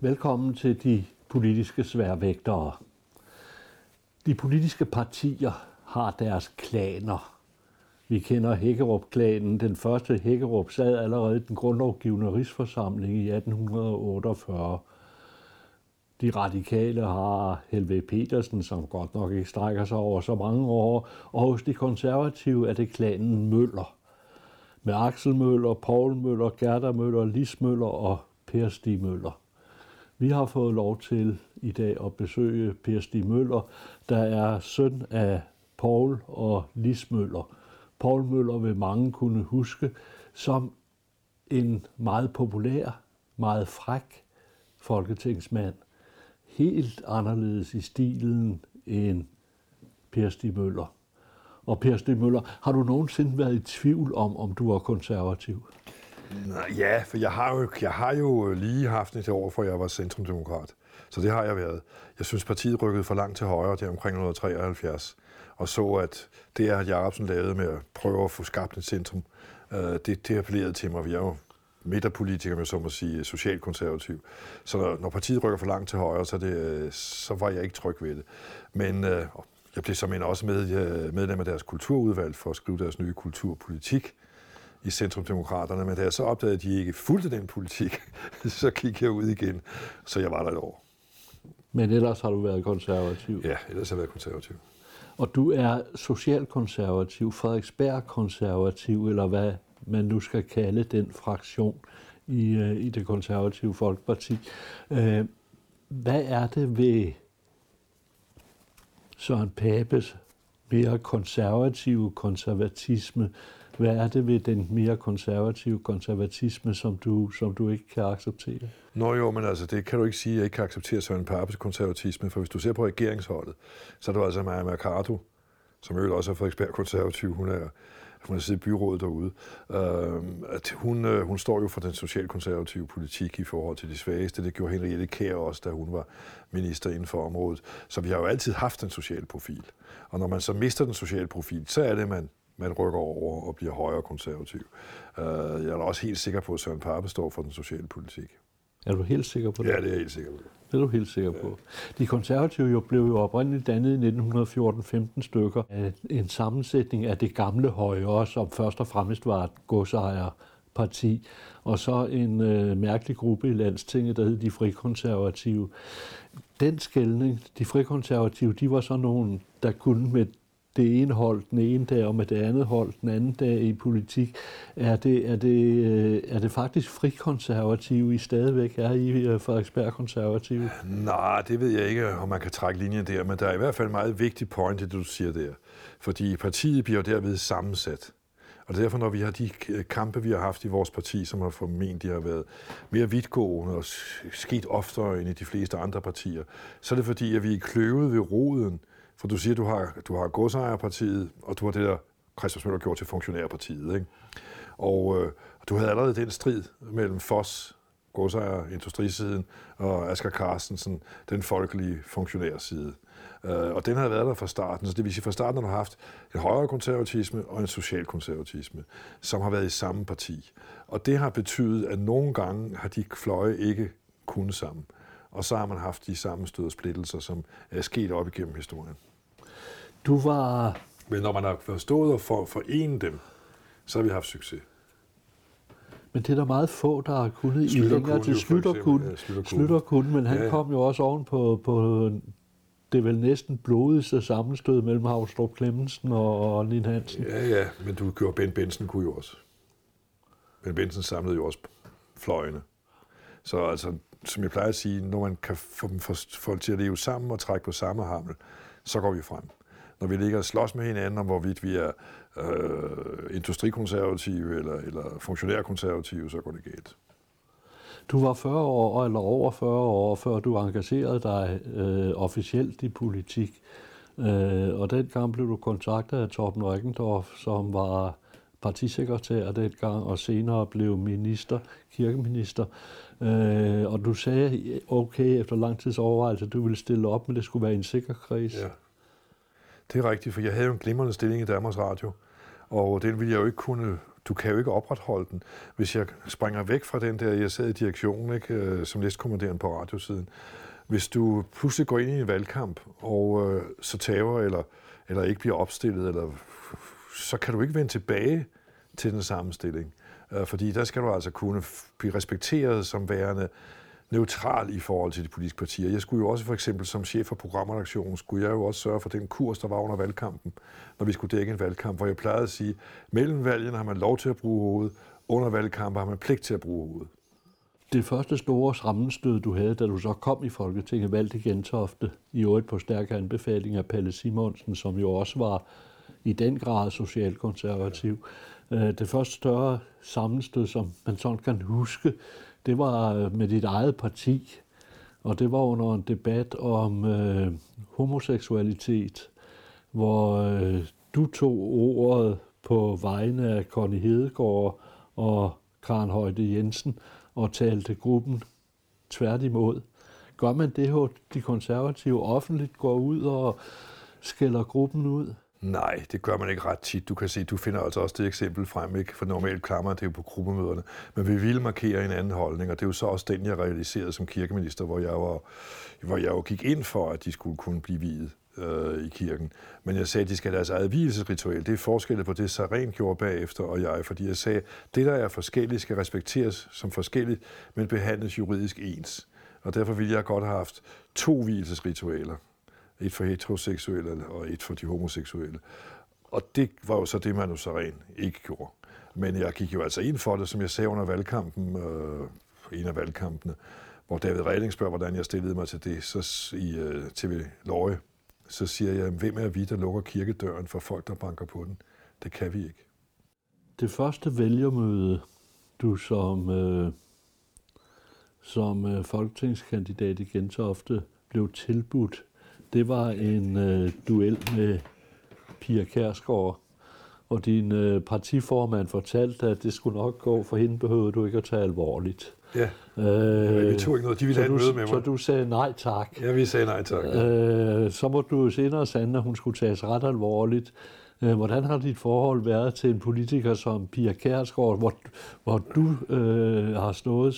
Velkommen til de politiske sværvægtere. De politiske partier har deres klaner. Vi kender Hækkerup-klanen. Den første Hækkerup sad allerede i den grundlovgivende rigsforsamling i 1848. De radikale har Helveg Petersen, som godt nok ikke strækker sig over så mange år, og hos de konservative er det klanen Møller. Med Axel Møller, Poul Møller, Gerda Møller, Lis Møller og Per Stig Møller. Vi har fået lov til i dag at besøge Per Stig Møller, der er søn af Poul og Lis Møller. Poul Møller vil mange kunne huske som en meget populær, meget fræk folketingsmand. Helt anderledes i stilen end Per Stig Møller. Og Per Stig Møller, har du nogensinde været i tvivl om du er konservativ? Ja, for jeg har jo lige haft et år, for jeg var centrumdemokrat. Så det har jeg været. Jeg synes, partiet rykkede for langt til højre, der omkring 1973, og så, at det, at Jacobsen lavede med at prøve at få skabt et centrum, det appellerede til mig. Vi er jo midterpolitikere, med så må sige, socialkonservativ. Så når partiet rykker for langt til højre, så var jeg ikke tryg ved det. Men jeg blev som også medlem af deres kulturudvalg for at skrive deres nye kulturpolitik i Centrumdemokraterne, men da jeg så opdagede, at de ikke fulgte den politik, så gik jeg ud igen, så jeg var der et år. Men ellers har du været konservativ? Ja, ellers har jeg været konservativ. Og du er socialkonservativ, Frederiksberg-konservativ, eller hvad man nu skal kalde den fraktion i det konservative Folkeparti. Hvad er det ved Søren Papes mere konservative konservatisme? Hvad er det ved den mere konservative konservatisme, som du ikke kan acceptere? Nå jo, men altså, det kan du ikke sige, at jeg ikke kan acceptere Søren Papes konservatisme, for hvis du ser på regeringsholdet, så er det altså Maja Mercado, som jo også er Frederiksberg-konservativ. Hun har siddet i byrådet derude. Hun står jo for den socialkonservative politik i forhold til de svageste. Det gjorde Henriette Kjær også, da hun var minister inden for området. Så vi har jo altid haft en social profil. Og når man så mister den sociale profil, så er det, man rykker over og bliver højere konservativ. Jeg er da også helt sikker på, at Søren Pape står for den sociale politik. Er du helt sikker på det? Ja, det er jeg helt sikker på. Det er du helt sikker på. De konservative blev jo oprindeligt dannet i 1914-15 stykker af en sammensætning af det gamle højre, som først og fremmest var et godsejerparti, og så en mærkelig gruppe i Landstinget, der hed de frikonservative. Den skelning, de frikonservative, de var så nogen, der kunne med det ene hold den ene dag, og med det andet hold den anden dag i politik. Er det faktisk frikonservative, I stadigvæk er i Frederiksberg-konservative? Nej, det ved jeg ikke, om man kan trække linjen der, men der er i hvert fald en meget vigtig point, det du siger der. Fordi partiet bliver derved sammensat. Og derfor, når vi har de kampe, vi har haft i vores parti, som har formentlig har været mere vidtgående og sket oftere end i de fleste andre partier, så er det fordi, at vi er kløvet ved roden. For du siger, du har godsejerpartiet, og du har det der Christoffer Møller gjort til funktionærpartiet, ikke? Og du havde allerede den strid mellem Foss, godsejer, industrisiden, og Asger Carstensen, den folkelige funktionærside. Og den havde været der fra starten, så det vil sige, fra starten har du haft en højere konservatisme og en social konservatisme, som har været i samme parti. Og det har betydet, at nogle gange har de fløje ikke kunnet sammen. Og så har man haft de sammenstød og splittelser, som er sket op igennem historien. Men når man har forstået at forene dem, så har vi haft succes. Men det er der meget få, der har kunnet i længere til Schlüter kunne, men han kom jo også oven på det vel næsten blodigste sammenstød mellem Haugstrup Clemmensen og Ninn Hansen. Ja, men du gjorde Ben Benson kunne jo også. Ben Benson samlede jo også fløjene. Så altså, som jeg plejer at sige, når man kan få dem folk til at leve sammen og trække på samme hammel, så går vi frem. Når vi ligger og slås med hinanden om, hvorvidt vi er industrikonservative eller funktionærkonservative, så går det galt. Du var 40 år, eller over 40 år, før du engagerede dig officielt i politik. Og dengang blev du kontaktet af Torben Reckendorff, som var partisekretær dengang, og senere blev kirkeminister. Og du sagde, okay, efter lang tids overvejelse, du ville stille op, men det skulle være en sikker kreds. Ja, det er rigtigt, for jeg havde jo en glimrende stilling i Danmarks Radio, og den ville jeg jo ikke kunne Du kan jo ikke opretholde den. Hvis jeg springer væk fra den der, jeg sad i direktionen, ikke, som næstkommanderende på radiosiden. Hvis du pludselig går ind i en valgkamp, og så taber eller ikke bliver opstillet, så kan du ikke vende tilbage til den samme stilling. Fordi der skal du altså kunne blive respekteret som værende neutral i forhold til de politiske partier. Jeg skulle jo også for eksempel som chef for programredaktionen, skulle jeg jo også sørge for den kurs, der var under valgkampen, når vi skulle dække en valgkamp, hvor jeg plejede at sige, mellem valgene har man lov til at bruge hovedet, under valgkampen har man pligt til at bruge hovedet. Det første store sammenstød, du havde, da du så kom i Folketinget, valgt i Gentofte, i øvrigt på stærk anbefaling af Palle Simonsen, som jo også var i den grad socialkonservativ. Det første større sammenstød, som man sådan kan huske, det var med dit eget parti, og det var under en debat om homoseksualitet, hvor du tog ordet på vegne af Connie Hedegaard og Karen Højde Jensen og talte gruppen tværtimod. Gør man det, hvor de konservative offentligt går ud og skælder gruppen ud? Nej, det gør man ikke ret tit. Du kan se, du finder altså også det eksempel frem, ikke? For normalt klarer man det jo på gruppemøderne. Men vi ville markere en anden holdning, og det er jo så også den, jeg realiserede som kirkeminister, hvor jeg jo gik ind for, at de skulle kunne blive viet i kirken. Men jeg sagde, at de skal have deres eget vielsesritual. Det er forskelle på det, Saren gjorde bagefter og jeg, fordi jeg sagde, at det, der er forskelligt, skal respekteres som forskelligt, men behandles juridisk ens. Og derfor ville jeg godt have haft 2 vielsesritualer. Et for heteroseksuelle og et for de homoseksuelle. Og det var jo så det, Manu Sareen ikke gjorde. Men jeg gik jo altså ind for det, som jeg sagde under valgkampen, en af valgkampene, hvor David Reding spørger, hvordan jeg stillede mig til det, så i TV Løje, så siger jeg, hvem er vi, der lukker kirkedøren for folk, der banker på den? Det kan vi ikke. Det første vælgermøde, du som folketingskandidat i Gentofte blev tilbudt, det var en duel med Pia Kjærsgaard, og din partiformand fortalte, at det skulle nok gå, for hende behøvede du ikke at tage alvorligt. Ja, vi tog ikke noget. De ville have et møde med mig. Så du sagde nej tak. Ja, vi sagde nej tak. Så må du senere sande, at hun skulle tages ret alvorligt. Hvordan har dit forhold været til en politiker som Pia Kjærsgaard, hvor du har stået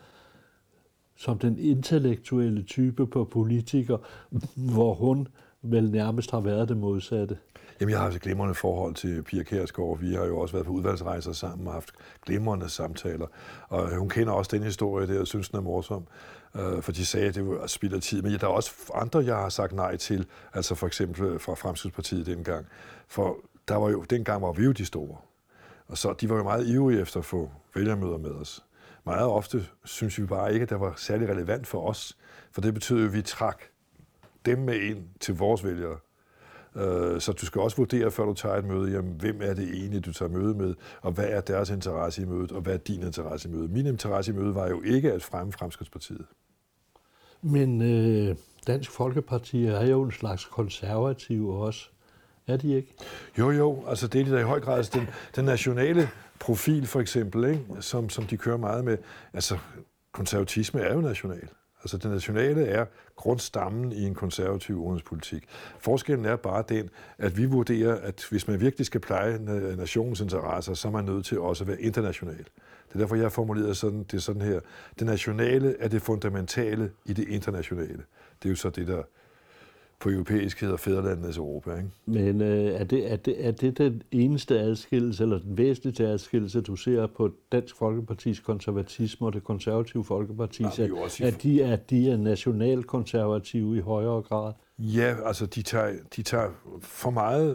som den intellektuelle type på politiker, hvor hun vel nærmest har været det modsatte? Jamen, jeg har haft et glimrende forhold til Pia Kjærsgaard. Vi har jo også været på udvalgsrejser sammen og haft glimrende samtaler. Og hun kender også den historie der, og synes, den er morsom. For de sagde, at det var spild af tid. Men der er også andre, jeg har sagt nej til. Altså for eksempel fra Fremskridtspartiet dengang. For dengang var vi jo de store. Og så de var jo meget ivrige efter at få vælgermøder med os. Meget ofte synes vi bare ikke, at det var særlig relevant for os. For det betød jo, at vi trak dem med ind til vores vælgere. Så du skal også vurdere, før du tager et møde, jamen, hvem er det egentlig, du tager møde med, og hvad er deres interesse i mødet, og hvad er din interesse i mødet. Min interesse i mødet var jo ikke at fremme Fremskridtspartiet. Men Dansk Folkeparti er jo en slags konservative også. Er de ikke? Jo, altså det er de der i høj grad. Altså den nationale profil for eksempel, ikke? Som de kører meget med. Altså konservatisme er jo national. Altså det nationale er grundstammen i en konservativ udenrigspolitik. Forskellen er bare den, at vi vurderer, at hvis man virkelig skal pleje nationens interesser, så er man nødt til også at være international. Det er derfor, jeg har formuleret sådan her. Det nationale er det fundamentale i det internationale. Det er jo så det, der på europæisk hedder fædrelandenes Europa, ikke? Men er det den eneste adskillelse, eller den væsentligste adskillelse, du ser på Dansk Folkepartis konservatisme og det konservative Folkepartis, at de er nationalkonservative i højere grad? Ja, altså de tager for meget,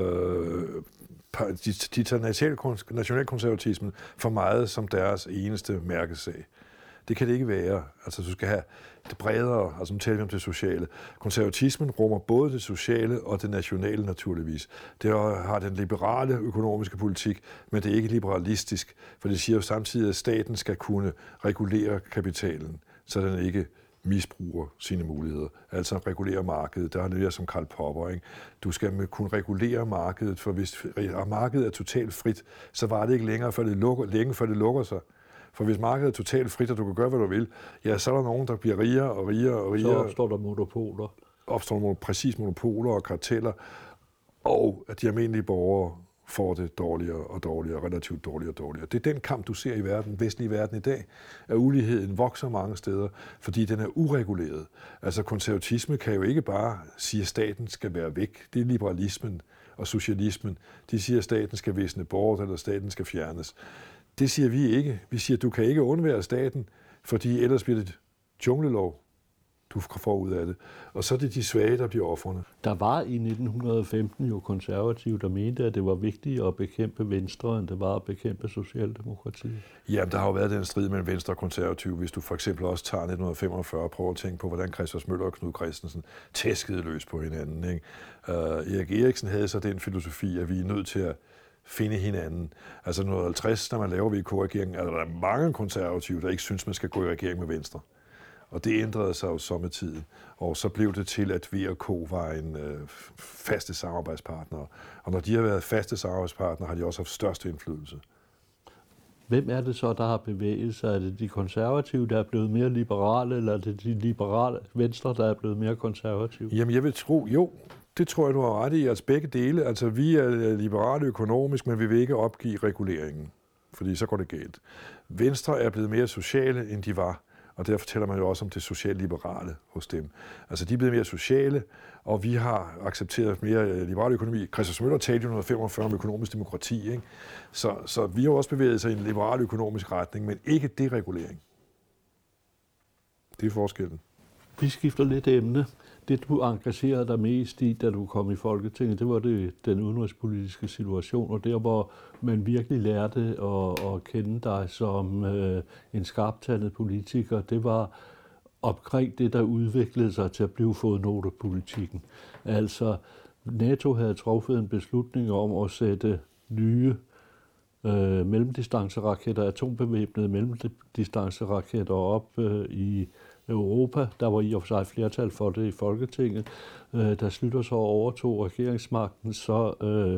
de tager nationalkonservatismen for meget som deres eneste mærkesag. Det kan det ikke være. Altså, du skal have det bredere, altså nu taler vi om det sociale. Konservatismen rummer både det sociale og det nationale naturligvis. Det har den liberale økonomiske politik, men det er ikke liberalistisk, for det siger jo samtidig, at staten skal kunne regulere kapitalen, så den ikke misbruger sine muligheder. Altså regulere markedet. Der er det som Karl Popper, ikke? Du skal kunne regulere markedet, for hvis markedet er totalt frit, så var det ikke længere, længe før det lukker sig. For hvis markedet er totalt frit, og du kan gøre, hvad du vil, ja, så er der nogen, der bliver rigere og rigere og rigere. Så opstår der monopoler. Præcis monopoler og karteller, og at de almindelige borgere får det dårligere og dårligere, relativt dårligere og dårligere. Det er den kamp, du ser i verden, vestlige verden i dag, at uligheden vokser mange steder, fordi den er ureguleret. Altså konservatisme kan jo ikke bare sige, at staten skal være væk. Det er liberalismen og socialismen. De siger, at staten skal visne bort, eller staten skal fjernes. Det siger vi ikke. Vi siger, at du kan ikke undvære staten, fordi ellers bliver det junglelov, du får ud af det. Og så er det de svage, der bliver ofrene. Der var i 1915 jo konservative, der mente, at det var vigtigt at bekæmpe Venstre, end det var at bekæmpe Socialdemokratiet. Jamen, der har jo været den strid mellem Venstre og konservative. Hvis du for eksempel også tager 1945 og prøver at tænke på, hvordan Christoffer Møller og Knud Christensen tæskede løs på hinanden. Ikke? Erik Eriksen havde så den filosofi, at vi er nødt til at finde hinanden. Altså 1950, når man laver VK-regeringen, er der mange konservative, der ikke synes, man skal gå i regering med Venstre. Og det ændrede sig jo så med tiden. Og så blev det til, at VK var en faste samarbejdspartner. Og når de har været faste samarbejdspartnere, har de også haft største indflydelse. Hvem er det så, der har bevæget sig? Er det de konservative, der er blevet mere liberale, eller er det de liberale Venstre, der er blevet mere konservative? Jamen, jeg vil tro, jo, det tror jeg, du har ret i. Altså begge dele. Altså, vi er liberale økonomisk, men vi vil ikke opgive reguleringen, fordi så går det galt. Venstre er blevet mere sociale, end de var. Og der fortæller man jo også om det socialliberale hos dem. Altså, de er blevet mere sociale, og vi har accepteret mere liberal økonomi. Christoffer Møller talte jo 1945 om økonomisk demokrati, ikke? Så vi har også bevæget sig i en liberal økonomisk retning, men ikke deregulering. Det er forskellen. Vi skifter lidt emne. Det, du engagerede dig mest i, da du kom i Folketinget, det var den udenrigspolitiske situation, og der, hvor man virkelig lærte at kende dig som en skarptandet politiker, det var omkring det, der udviklede sig til at blive fodnotepolitikken. Altså, NATO havde truffet en beslutning om at sætte nye mellemdistanceraketter, atombevæbnede mellemdistanceraketter op i Europa. Der var i og for sig flertal for det i Folketinget. Da Schlüter så overtog regeringsmagten, så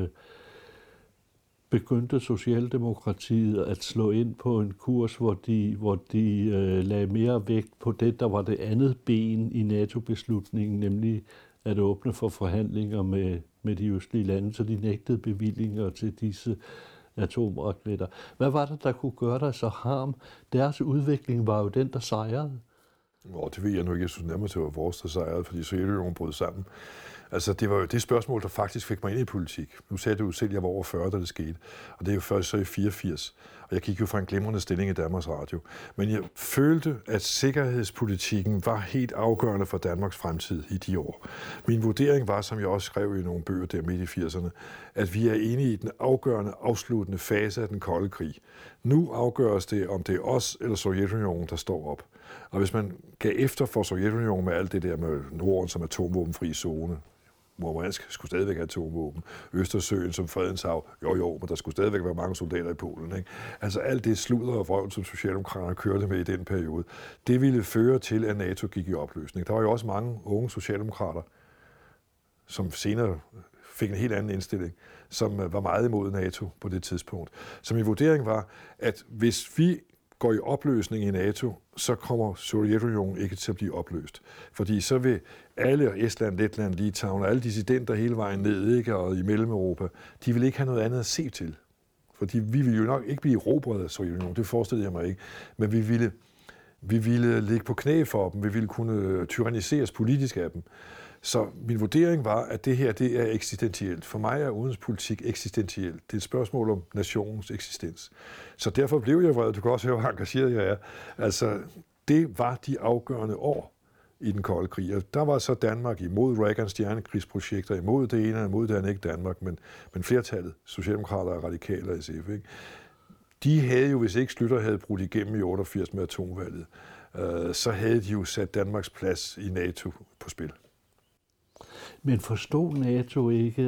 begyndte Socialdemokratiet at slå ind på en kurs, hvor de lagde mere vægt på det, der var det andet ben i NATO-beslutningen, nemlig at åbne for forhandlinger med de østlige lande, så de nægtede bevillinger til disse atomraketter. Hvad var det, der kunne gøre dig så harm? Deres udvikling var jo den, der sejrede. Det ved jeg nu ikke. Jeg synes nærmest, det var vores, der sejrede, fordi Sovjetunionen brød sammen. Altså, det var jo det spørgsmål, der faktisk fik mig ind i politik. Nu sagde du jo selv, at jeg var over 40, da det skete. Og det er jo først så i 84. Og jeg gik jo fra en glimrende stilling i Danmarks Radio. Men jeg følte, at sikkerhedspolitikken var helt afgørende for Danmarks fremtid i de år. Min vurdering var, som jeg også skrev i nogle bøger der midt i 80'erne, at vi er inde i den afgørende, afsluttende fase af den kolde krig. Nu afgøres det, om det er os eller Sovjetunionen, der står op. Og hvis man gav efter for Sovjetunionen med alt det der med Norden som atomvåbenfri zone, Murmansk skulle stadigvæk have atomvåben, Østersøen som fredens hav, jo, men der skulle stadigvæk være mange soldater i Polen, ikke? Altså alt det sludder og vrøvl, som Socialdemokraterne kørte med i den periode, det ville føre til, at NATO gik i opløsning. Der var jo også mange unge socialdemokrater, som senere fik en helt anden indstilling, som var meget imod NATO på det tidspunkt. Så min vurdering var, at hvis vi går i opløsning i NATO, så kommer Sovjetunionen ikke til at blive opløst. Fordi så vil alle, Estland, Letland, Litauen og alle dissidenter hele vejen ned, ikke, og i Mellem-Europa, de vil ikke have noget andet at se til. Fordi vi ville jo nok ikke blive erobret af Sovjetunionen, det forestillede jeg mig ikke. Men vi ville ligge på knæ for dem, vi ville kunne tyranniseres politisk af dem. Så min vurdering var, at det her, det er eksistentielt. For mig er udenrigspolitik eksistentielt. Det er et spørgsmål om nationens eksistens. Så derfor blev jeg vred. Du kan også høre, hvor engageret jeg er. Altså, det var de afgørende år i den kolde krig. Og der var så Danmark imod Reagans stjernekrigsprojekter, imod det ene og imod det andet, ikke Danmark, men flertallet, socialdemokrater og radikale og SF, ikke? De havde jo, hvis ikke Schlüter havde brudt igennem i 88 med atomvalget, så havde de jo sat Danmarks plads i NATO på spil. Men forstod NATO ikke,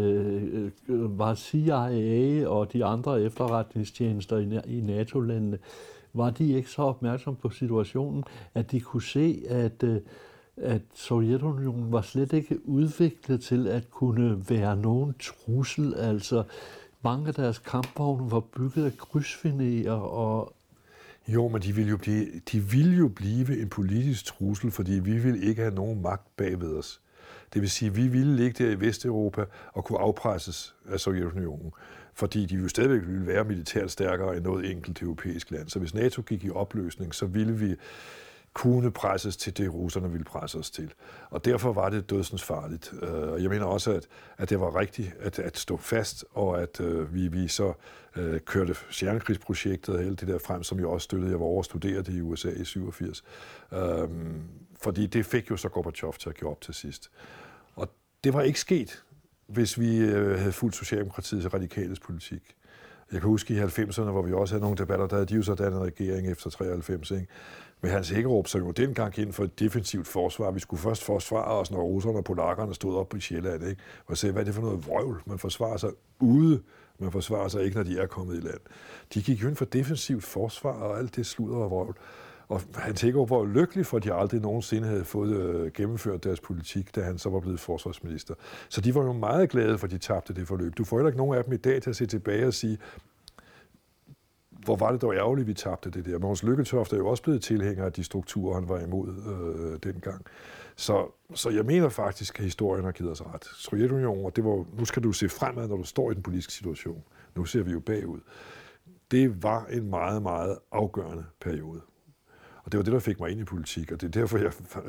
var CIA og de andre efterretningstjenester i NATO-landene, var de ikke så opmærksomme på situationen, at de kunne se, at Sovjetunionen var slet ikke udviklet til at kunne være nogen trussel. Altså, mange af deres kampvogne var bygget af krydsfinerer og... Jo, men de ville jo blive en politisk trussel, fordi vi ville ikke have nogen magt bagved os. Det vil sige, at vi ville ligge der i Vesteuropa og kunne afpresses af Sovjetunionen, fordi de jo stadigvæk ville være militært stærkere end noget enkelt europæisk land. Så hvis NATO gik i opløsning, så ville vi kunne presses til det, russerne ville presse os til. Og derfor var det dødsensfarligt. Og jeg mener også, at det var rigtigt at stå fast, og at vi så kørte Stjernekrigsprojektet og hele det der frem, som jeg også støttede. Jeg var over at studere det i USA i 87. Fordi det fik jo så Gorbachev til at give op til sidst. Og det var ikke sket, hvis vi havde fulgt Socialdemokratiets radikales politik. Jeg kan huske i 90'erne, hvor vi også havde nogle debatter, der havde de jo så dannet regering efter 93, ikke? Med Hans Hækkerup, som jo dengang ind for et defensivt forsvar. Vi skulle først forsvare os, når russerne og polakkerne stod op på Sjælland, ikke? Og sagde, hvad er det for noget vrøvl? Man forsvarer sig ude, man forsvarer sig ikke, når de er kommet i land. De gik jo ind for defensivt forsvar og alt det sludder og vrøvl. Og Hans Hækkerup var lykkelig for, at de aldrig nogensinde havde fået gennemført deres politik, da han så var blevet forsvarsminister. Så de var jo meget glade for, at de tabte det forløb. Du får heller ikke nogen af dem i dag til at se tilbage og sige, hvor var det dog ærgerligt, vi tabte det der. Mogens Lykketoft er jo også blevet tilhænger af de strukturer, han var imod dengang. Så jeg mener faktisk, at historien har givet os ret. Sovjetunionen, og det var, nu skal du se fremad, når du står i den politiske situation. Nu ser vi jo bagud. Det var en meget, meget afgørende periode. Og det var det, der fik mig ind i politik, og det er derfor,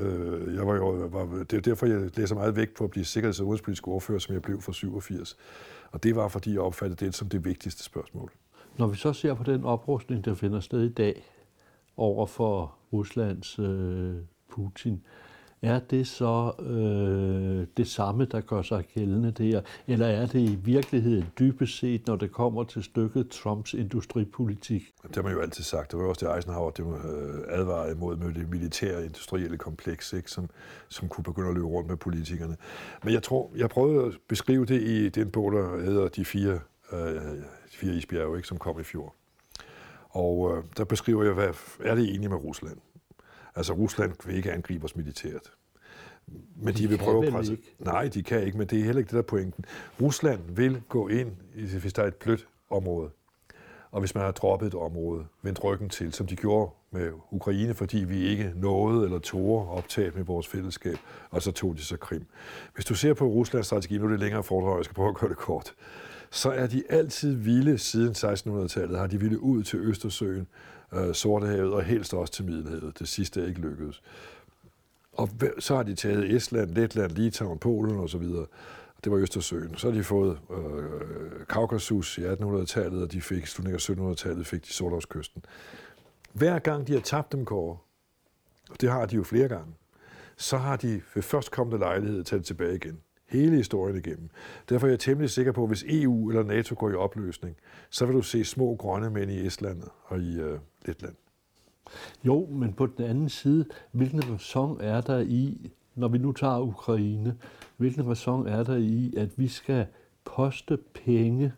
jeg læser meget vægt på at blive sikkerheds- og udenrigspolitisk ordfører, som jeg blev for 87. Og det var, fordi jeg opfattede det som det vigtigste spørgsmål. Når vi så ser på den oprustning, der finder sted i dag over for Ruslands Putin, er det så det samme, der gør sig gældende der? Eller er det i virkeligheden dybest set, når det kommer til stykket, Trumps industripolitik? Det har man jo altid sagt. Det var også det Eisenhower, det var advaret imod med det militære industrielle kompleks, ikke? Som kunne begynde at løbe rundt med politikerne. Men jeg prøvede at beskrive det i den bog, der hedder De fire isbjerge, ikke? Som kom i fjor. Og der beskriver jeg, hvad er det egentlig med Rusland? Altså, Rusland vil ikke angribe os militært. Men de vil prøve at presse. Ikke. Nej, de kan ikke, men det er heller ikke det, der er pointen. Rusland vil gå ind, hvis der er et blødt område, og hvis man har droppet et område, vendt ryggen til, som de gjorde med Ukraine, fordi vi ikke nåede eller tog optaget med vores fællesskab, og så tog de så Krim. Hvis du ser på Ruslands strategi, nu er det længere foredrag, jeg skal prøve at gøre det kort, så er de altid vilde siden 1600-tallet, har de ville ud til Østersøen, Sortehavet og helst også til Middelhavet. Det sidste er ikke lykkedes. Og så har de taget Estland, Letland, Litauen, Polen og så videre. Det var Østersøen. Så har de fået Kaukasus i 1800-tallet, og de fik slutningen af 1700-tallet fik de Sortehavskysten. Hver gang de har tabt dem, Kåre, og det har de jo flere gange, så har de ved førstkommende lejlighed taget tilbage igen. Hele historien igennem. Derfor er jeg temmelig sikker på, at hvis EU eller NATO går i opløsning, så vil du se små grønne mænd i Estland og i Letland. Jo, men på den anden side, hvilken ræson er der i, når vi nu tager Ukraine, hvilken ræson er der i, at vi skal poste penge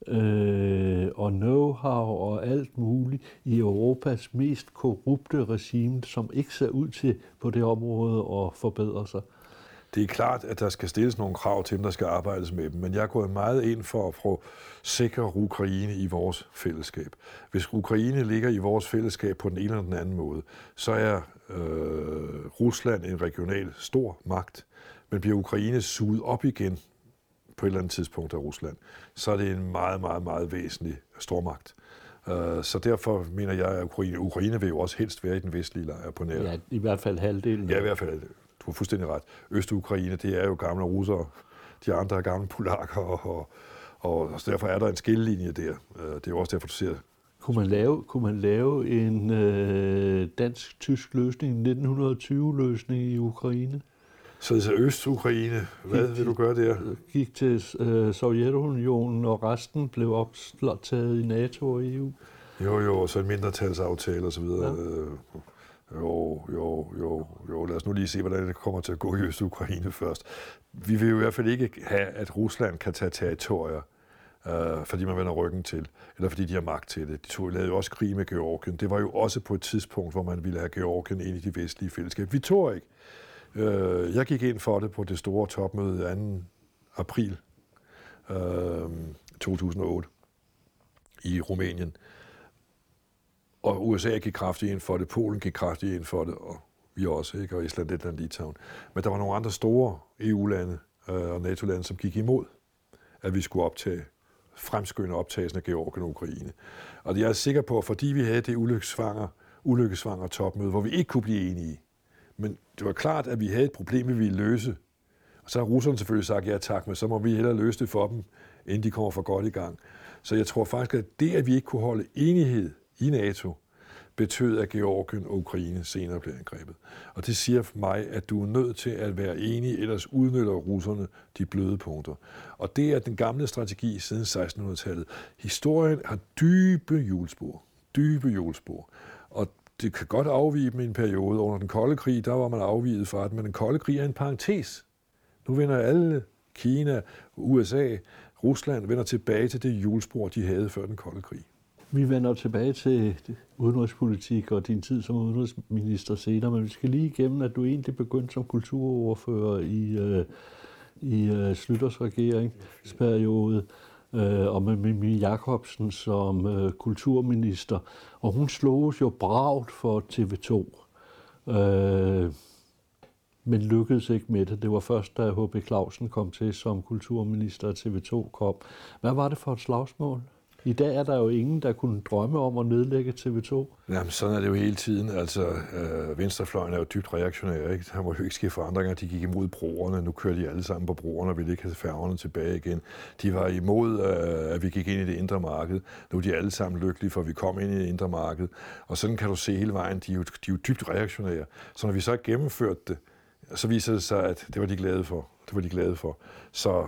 og know-how og alt muligt i Europas mest korrupte regime, som ikke ser ud til på det område at forbedre sig? Det er klart, at der skal stilles nogle krav til dem, der skal arbejdes med dem, men jeg er gået meget ind for at prøve at sikre Ukraine i vores fællesskab. Hvis Ukraine ligger i vores fællesskab på den ene eller den anden måde, så er Rusland en regional stor magt, men bliver Ukraine suget op igen på et eller andet tidspunkt af Rusland, så er det en meget, meget, meget væsentlig stormagt. Så derfor mener jeg, at Ukraine vil jo også helst være i den vestlige lejr på nær. Ja, i hvert fald halvdelen. Ja, i hvert fald. Du har fuldstændig ret. Øst-Ukraine, det er jo gamle russere. De andre er gamle polakker, og derfor er der en skillelinje der. Det er jo også derfor, du ser. Kunne man lave en dansk-tysk løsning, en 1920-løsning i Ukraine? Så Øst-Ukraine, hvad vil du gøre der? Gik til Sovjetunionen, og resten blev optaget i NATO og EU? Jo, så en mindretalsaftale og så videre. Ja. Jo. Lad os nu lige se, hvordan det kommer til at gå i Øst-Ukraine først. Vi vil jo i hvert fald ikke have, at Rusland kan tage territorier, fordi man vender ryggen til, eller fordi de har magt til det. De lavede jo også krig med Georgien. Det var jo også på et tidspunkt, hvor man ville have Georgien ind i de vestlige fællesskab. Vi tog ikke. Jeg gik ind for det på det store topmøde 2. april 2008 i Rumænien. Og USA gik kraftigt ind for det, Polen gik kraftigt ind for det, og vi også, ikke? Og Island, Letland, Litauen. Men der var nogle andre store EU-lande og NATO-lande, som gik imod, at vi skulle fremskynde optagelsen af Georgien og Ukraine. Og jeg er sikker på, at fordi vi havde det ulykkesvangre topmøde, hvor vi ikke kunne blive enige, men det var klart, at vi havde et problem, vi ville løse. Og så har russerne selvfølgelig sagt ja tak, men så må vi hellere løse det for dem, inden de kommer for godt i gang. Så jeg tror faktisk, at det, at vi ikke kunne holde enighed i NATO, betød, at Georgien og Ukraine senere blev angrebet. Og det siger for mig, at du er nødt til at være enig, ellers udnytter russerne de bløde punkter. Og det er den gamle strategi siden 1600-tallet. Historien har dybe hjulspor. Og det kan godt afvige dem i en periode. Under den kolde krig, der var man afviget fra det, men den kolde krig er en parentes. Nu vender alle, Kina, USA, Rusland, vender tilbage til det hjulspor, de havde før den kolde krig. Vi vender tilbage til udenrigspolitik og din tid som udenrigsminister senere, men vi skal lige igennem, at du egentlig begyndte som kulturordfører i Schlüters regeringsperiode, og med Mimi Jakobsen som kulturminister. Og hun sloges jo bragt for TV2, men lykkedes ikke med det. Det var først, da H.B. Clausen kom til som kulturminister, at TV2 kom. Hvad var det for et slagsmål? I dag er der jo ingen, der kunne drømme om at nedlægge TV2. Jamen, sådan er det jo hele tiden. Altså, venstrefløjen er jo dybt reaktionær, ikke? Der må jo ikke ske forandringer. De gik imod broerne. Nu kører de alle sammen på broerne og ville ikke have færgerne tilbage igen. De var imod, at vi gik ind i det indre marked. Nu er de alle sammen lykkelige, for vi kom ind i det indre marked. Og sådan kan du se hele vejen. De er jo dybt reaktionære. Så når vi så har gennemført det, så viser det sig, at det var de glade for. Så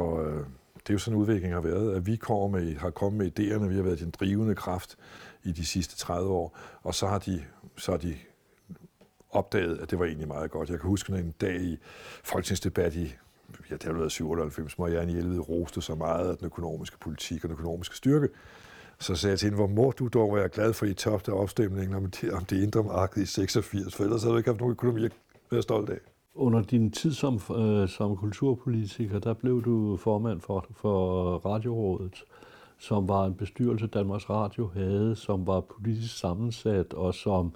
det er jo sådan en udvikling har været, at vi har kommet med idéerne, vi har været den drivende kraft i de sidste 30 år, og så har de opdaget, at det var egentlig meget godt. Jeg kan huske en dag i folketingsdebat det har været 97, hvor Jan Jelved roste så meget af den økonomiske politik og den økonomiske styrke. Så sagde jeg til hende, hvor må du dog være glad for, I tabte afstemningen om det indre marked i 86, for ellers havde du ikke haft nogen økonomi at være stolt af. Under din tid som kulturpolitiker, der blev du formand for Radiorådet, som var en bestyrelse, Danmarks Radio havde, som var politisk sammensat, og som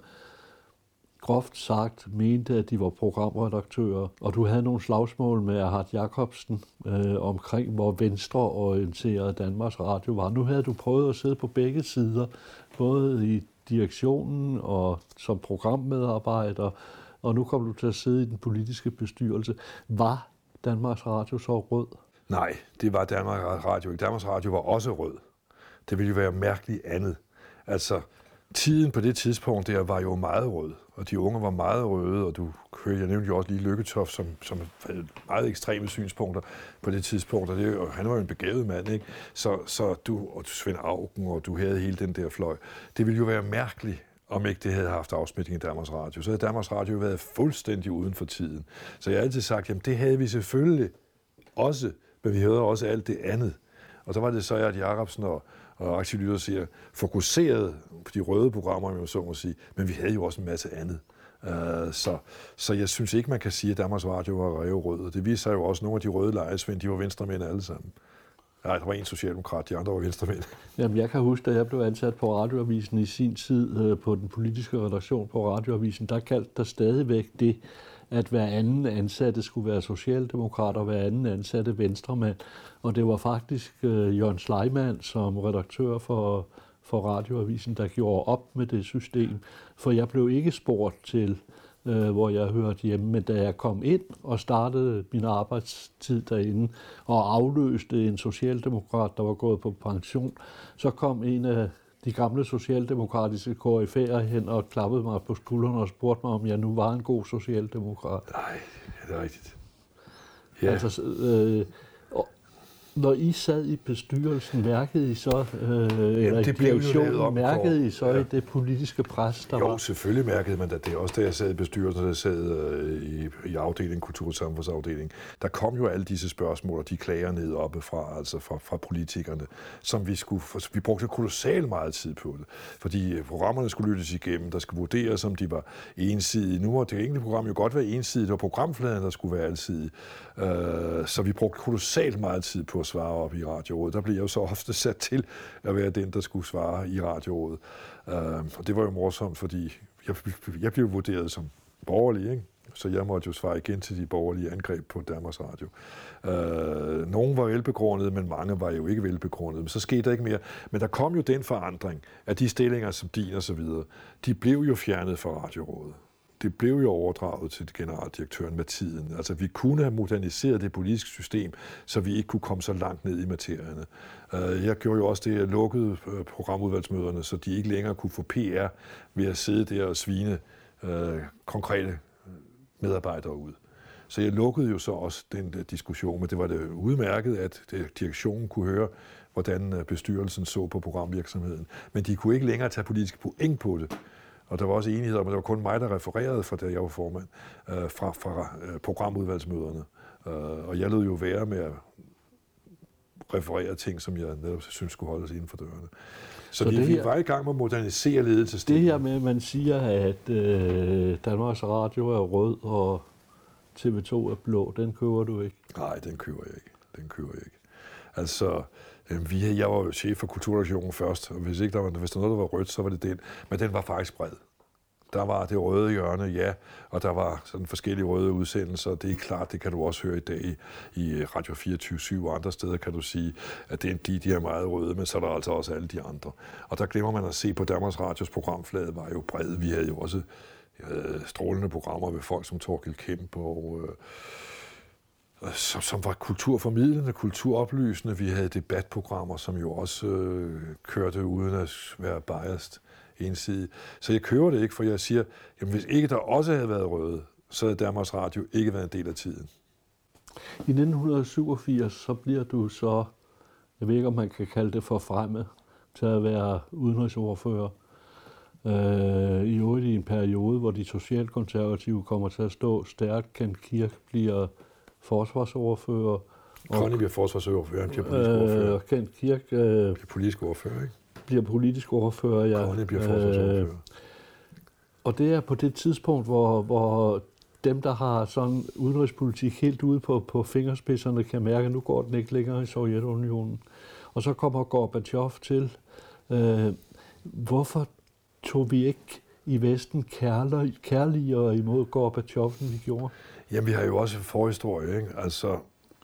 groft sagt mente, at de var programredaktører. Og du havde nogle slagsmål med Erhard Jacobsen omkring, hvor venstreorienteret Danmarks Radio var. Nu havde du prøvet at sidde på begge sider, både i direktionen og som programmedarbejder, og nu kommer du til at sidde i den politiske bestyrelse. Var Danmarks Radio så rød? Nej, det var Danmarks Radio ikke. Danmarks Radio var også rød. Det ville jo være mærkeligt andet. Altså, tiden på det tidspunkt der var jo meget rød, og de unge var meget røde, og jeg nævnte jo også lige Lykketoft, som havde meget ekstreme synspunkter på det tidspunkt, og han var jo en begavet mand, ikke? Så du, og Svend Auken, og du havde hele den der fløj. Det ville jo være mærkeligt, om ikke det havde haft afsmitning i Danmarks Radio. Så havde Danmarks Radio været fuldstændig uden for tiden. Så jeg har altid sagt, jamen det havde vi selvfølgelig også, men vi havde også alt det andet. Og så var det så, at Jacobsen og Aktiv Lytter siger, fokuseret på de røde programmer, jeg så må sige, men vi havde jo også en masse andet. Så jeg synes ikke, man kan sige, at Danmarks Radio var ræverød. Det viser sig jo også, at nogle af de røde lejesvend, de var venstremænd alle sammen. Nej, der var en socialdemokrat, de andre var venstremænd. Jamen, jeg kan huske, da jeg blev ansat på Radioavisen i sin tid, på den politiske redaktion på Radioavisen, der kaldte der stadigvæk det, at hver anden ansatte skulle være socialdemokrat, og hver anden ansatte venstremand. Og det var faktisk Jørgen Sleiman som redaktør for Radioavisen, der gjorde op med det system. For jeg blev ikke spurgt til, hvor jeg hørte hjemme, men da jeg kom ind og startede min arbejdstid derinde og afløste en socialdemokrat, der var gået på pension, så kom en af de gamle socialdemokratiske koryfæer hen og klappede mig på skulderen og spurgte mig, om jeg nu var en god socialdemokrat. Nej, det er rigtigt. Ja. Altså, når I sad i bestyrelsen, mærkede I så, eller i direktionen, mærkede I så i det politiske pres, der var? Jo, selvfølgelig mærkede man det. Det er også da jeg sad i bestyrelsen, da jeg sad i afdelingen, kultur- og samfundsafdelingen. Der kom jo alle disse spørgsmål, og de klager ned oppe fra, altså fra politikerne, som vi brugte kolossalt meget tid på det. Fordi programmerne skulle lyttes igennem, der skulle vurderes, om de var ensidige. Nu må det enkelte program jo godt være ensidigt, det var programfladen, der skulle være alsidig. Så vi brugte kolossalt meget tid på at svare op i Radiorådet. Der blev jeg jo så ofte sat til at være den, der skulle svare i Radiorådet. Og det var jo morsomt, fordi jeg blev vurderet som borgerlige, ikke? Så jeg måtte jo svare igen til de borgerlige angreb på Danmarks Radio. Nogle var velbegrundede, men mange var jo ikke velbegrundede. Men så skete der ikke mere. Men der kom jo den forandring, at de stillinger som din og så videre, de blev jo fjernet fra Radiorådet. Det blev jo overdraget til generaldirektøren med tiden. Altså, vi kunne have moderniseret det politiske system, så vi ikke kunne komme så langt ned i materierne. Jeg gjorde jo også det, jeg lukkede programudvalgsmøderne, så de ikke længere kunne få PR ved at sidde der og svine konkrete medarbejdere ud. Så jeg lukkede jo så også den diskussion, men det var det udmærket, at direktionen kunne høre, hvordan bestyrelsen så på programvirksomheden. Men de kunne ikke længere tage politiske point på det. Og der var også enighed om, at det var kun mig, der refererede fra da jeg var formand fra programudvalgsmøderne. Og jeg lød jo være med at referere ting, som jeg netop synes skulle holdes inden for dørene. Så vi var i gang med at modernisere ledelsesstilen. Det her med, at man siger, at Danmarks Radio er rød og TV2 er blå, den køber du ikke? Nej, den køber jeg ikke. Altså, jeg var jo chef for kulturredaktionen først, og hvis der var noget, der var rødt, så var det den. Men den var faktisk bred. Der var det røde hjørne, ja, og der var sådan forskellige røde udsendelser. Det er klart, det kan du også høre i dag i Radio 24/7 og andre steder, kan du sige, at de er meget røde, men så er der altså også alle de andre. Og der glemmer man at se på Danmarks Radios programflade, var jo bred. Vi havde jo også strålende programmer med folk som Torkild Kemp og som var kulturformidlende, kulturoplysende. Vi havde debatprogrammer, som jo også kørte uden at være biased ensidigt. Så jeg køber det ikke, for jeg siger, jamen hvis ikke der også havde været røde, så havde Danmarks Radio ikke været en del af tiden. I 1987, så bliver du så, jeg ved ikke, om man kan kalde det forfremmet, til at være udenrigsordfører. I øvrigt i en periode, hvor de socialkonservative kommer til at stå stærkt. Kent Kirk bliver forsvarsordfører. Connie bliver forsvarsordfører, han bliver politisk ordfører. Kent Kirk bliver politisk ordfører, ikke? Bliver politisk ordfører, ja. Connie bliver forsvarsordfører. Og det er på det tidspunkt, hvor dem, der har sådan udenrigspolitik helt ude på fingerspidserne, kan mærke, at nu går den ikke længere i Sovjetunionen. Og så kommer Gorbatjov til. Hvorfor tog vi ikke i Vesten kærligere imod Gorbatjov, end vi gjorde? Jamen, vi har jo også en forhistorie, ikke? Altså,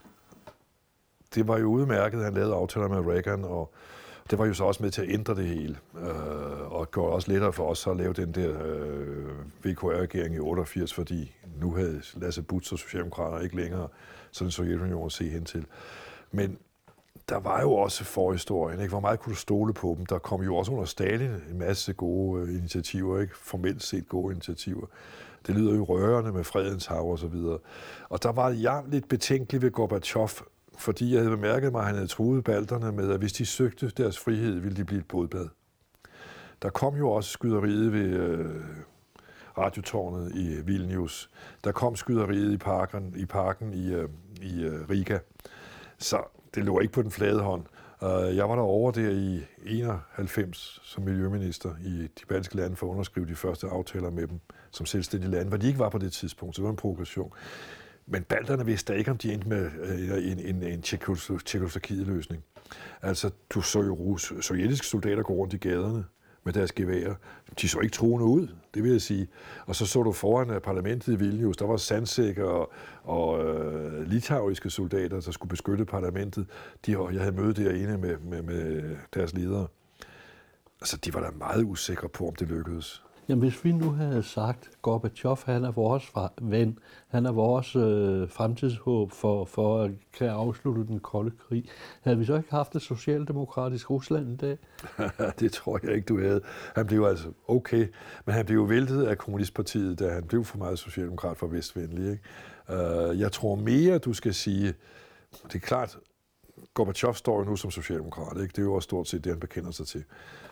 det var jo udmærket, at han lavede aftaler med Reagan, og det var jo så også med til at ændre det hele, og gjorde også lettere for os at lave den der VKR-regering i 88, fordi nu havde Lasse Butz og Socialdemokrater ikke længere sådan en Sovjetunionen at se hen til. Men der var jo også forhistorien, ikke? Hvor meget kunne du stole på dem? Der kom jo også under Stalin en masse gode initiativer, ikke? Formelt set gode initiativer. Det lyder jo rørende med Fredens Hav og så videre. Og der var jeg lidt betænkelig ved Gorbatjov, fordi jeg havde bemærket mig, at han havde truet balterne med, at hvis de søgte deres frihed, ville de blive et blodbad. Der kom jo også skyderiet ved radiotårnet i Vilnius. Der kom skyderiet i parken i Riga. Så det lå ikke på den flade hånd. Jeg var derovre der i 91 som miljøminister i de baltiske lande for at underskrive de første aftaler med dem som selvstændige lande, hvor de ikke var på det tidspunkt, så det var en provokation. Men balterne vidste ikke, om de endte med en Tjekkoslovakiet-løsning. Altså, du så jo sovjetiske soldater gå rundt i gaderne med deres geværer. De så ikke truende ud, det vil jeg sige. Og så du foran parlamentet i Vilnius, der var sandsækker og litauiske soldater, der skulle beskytte parlamentet. Jeg havde mødt derinde med deres ledere. Altså, de var da meget usikre på, om det lykkedes. Jamen, hvis vi nu havde sagt, at Gorbatjov, han er vores ven, han er vores fremtidshåb for at kan afslutte den kolde krig, havde vi så ikke haft et socialdemokratisk Rusland i dag? Det tror jeg ikke, du havde. Han blev altså okay, men han blev jo væltet af kommunistpartiet, da han blev for meget socialdemokrat for vestvenlig, ikke? Jeg tror mere, du skal sige, det er klart, Gorbatjov står jo nu som socialdemokrat, ikke? Det er jo også stort set det, han bekender sig til.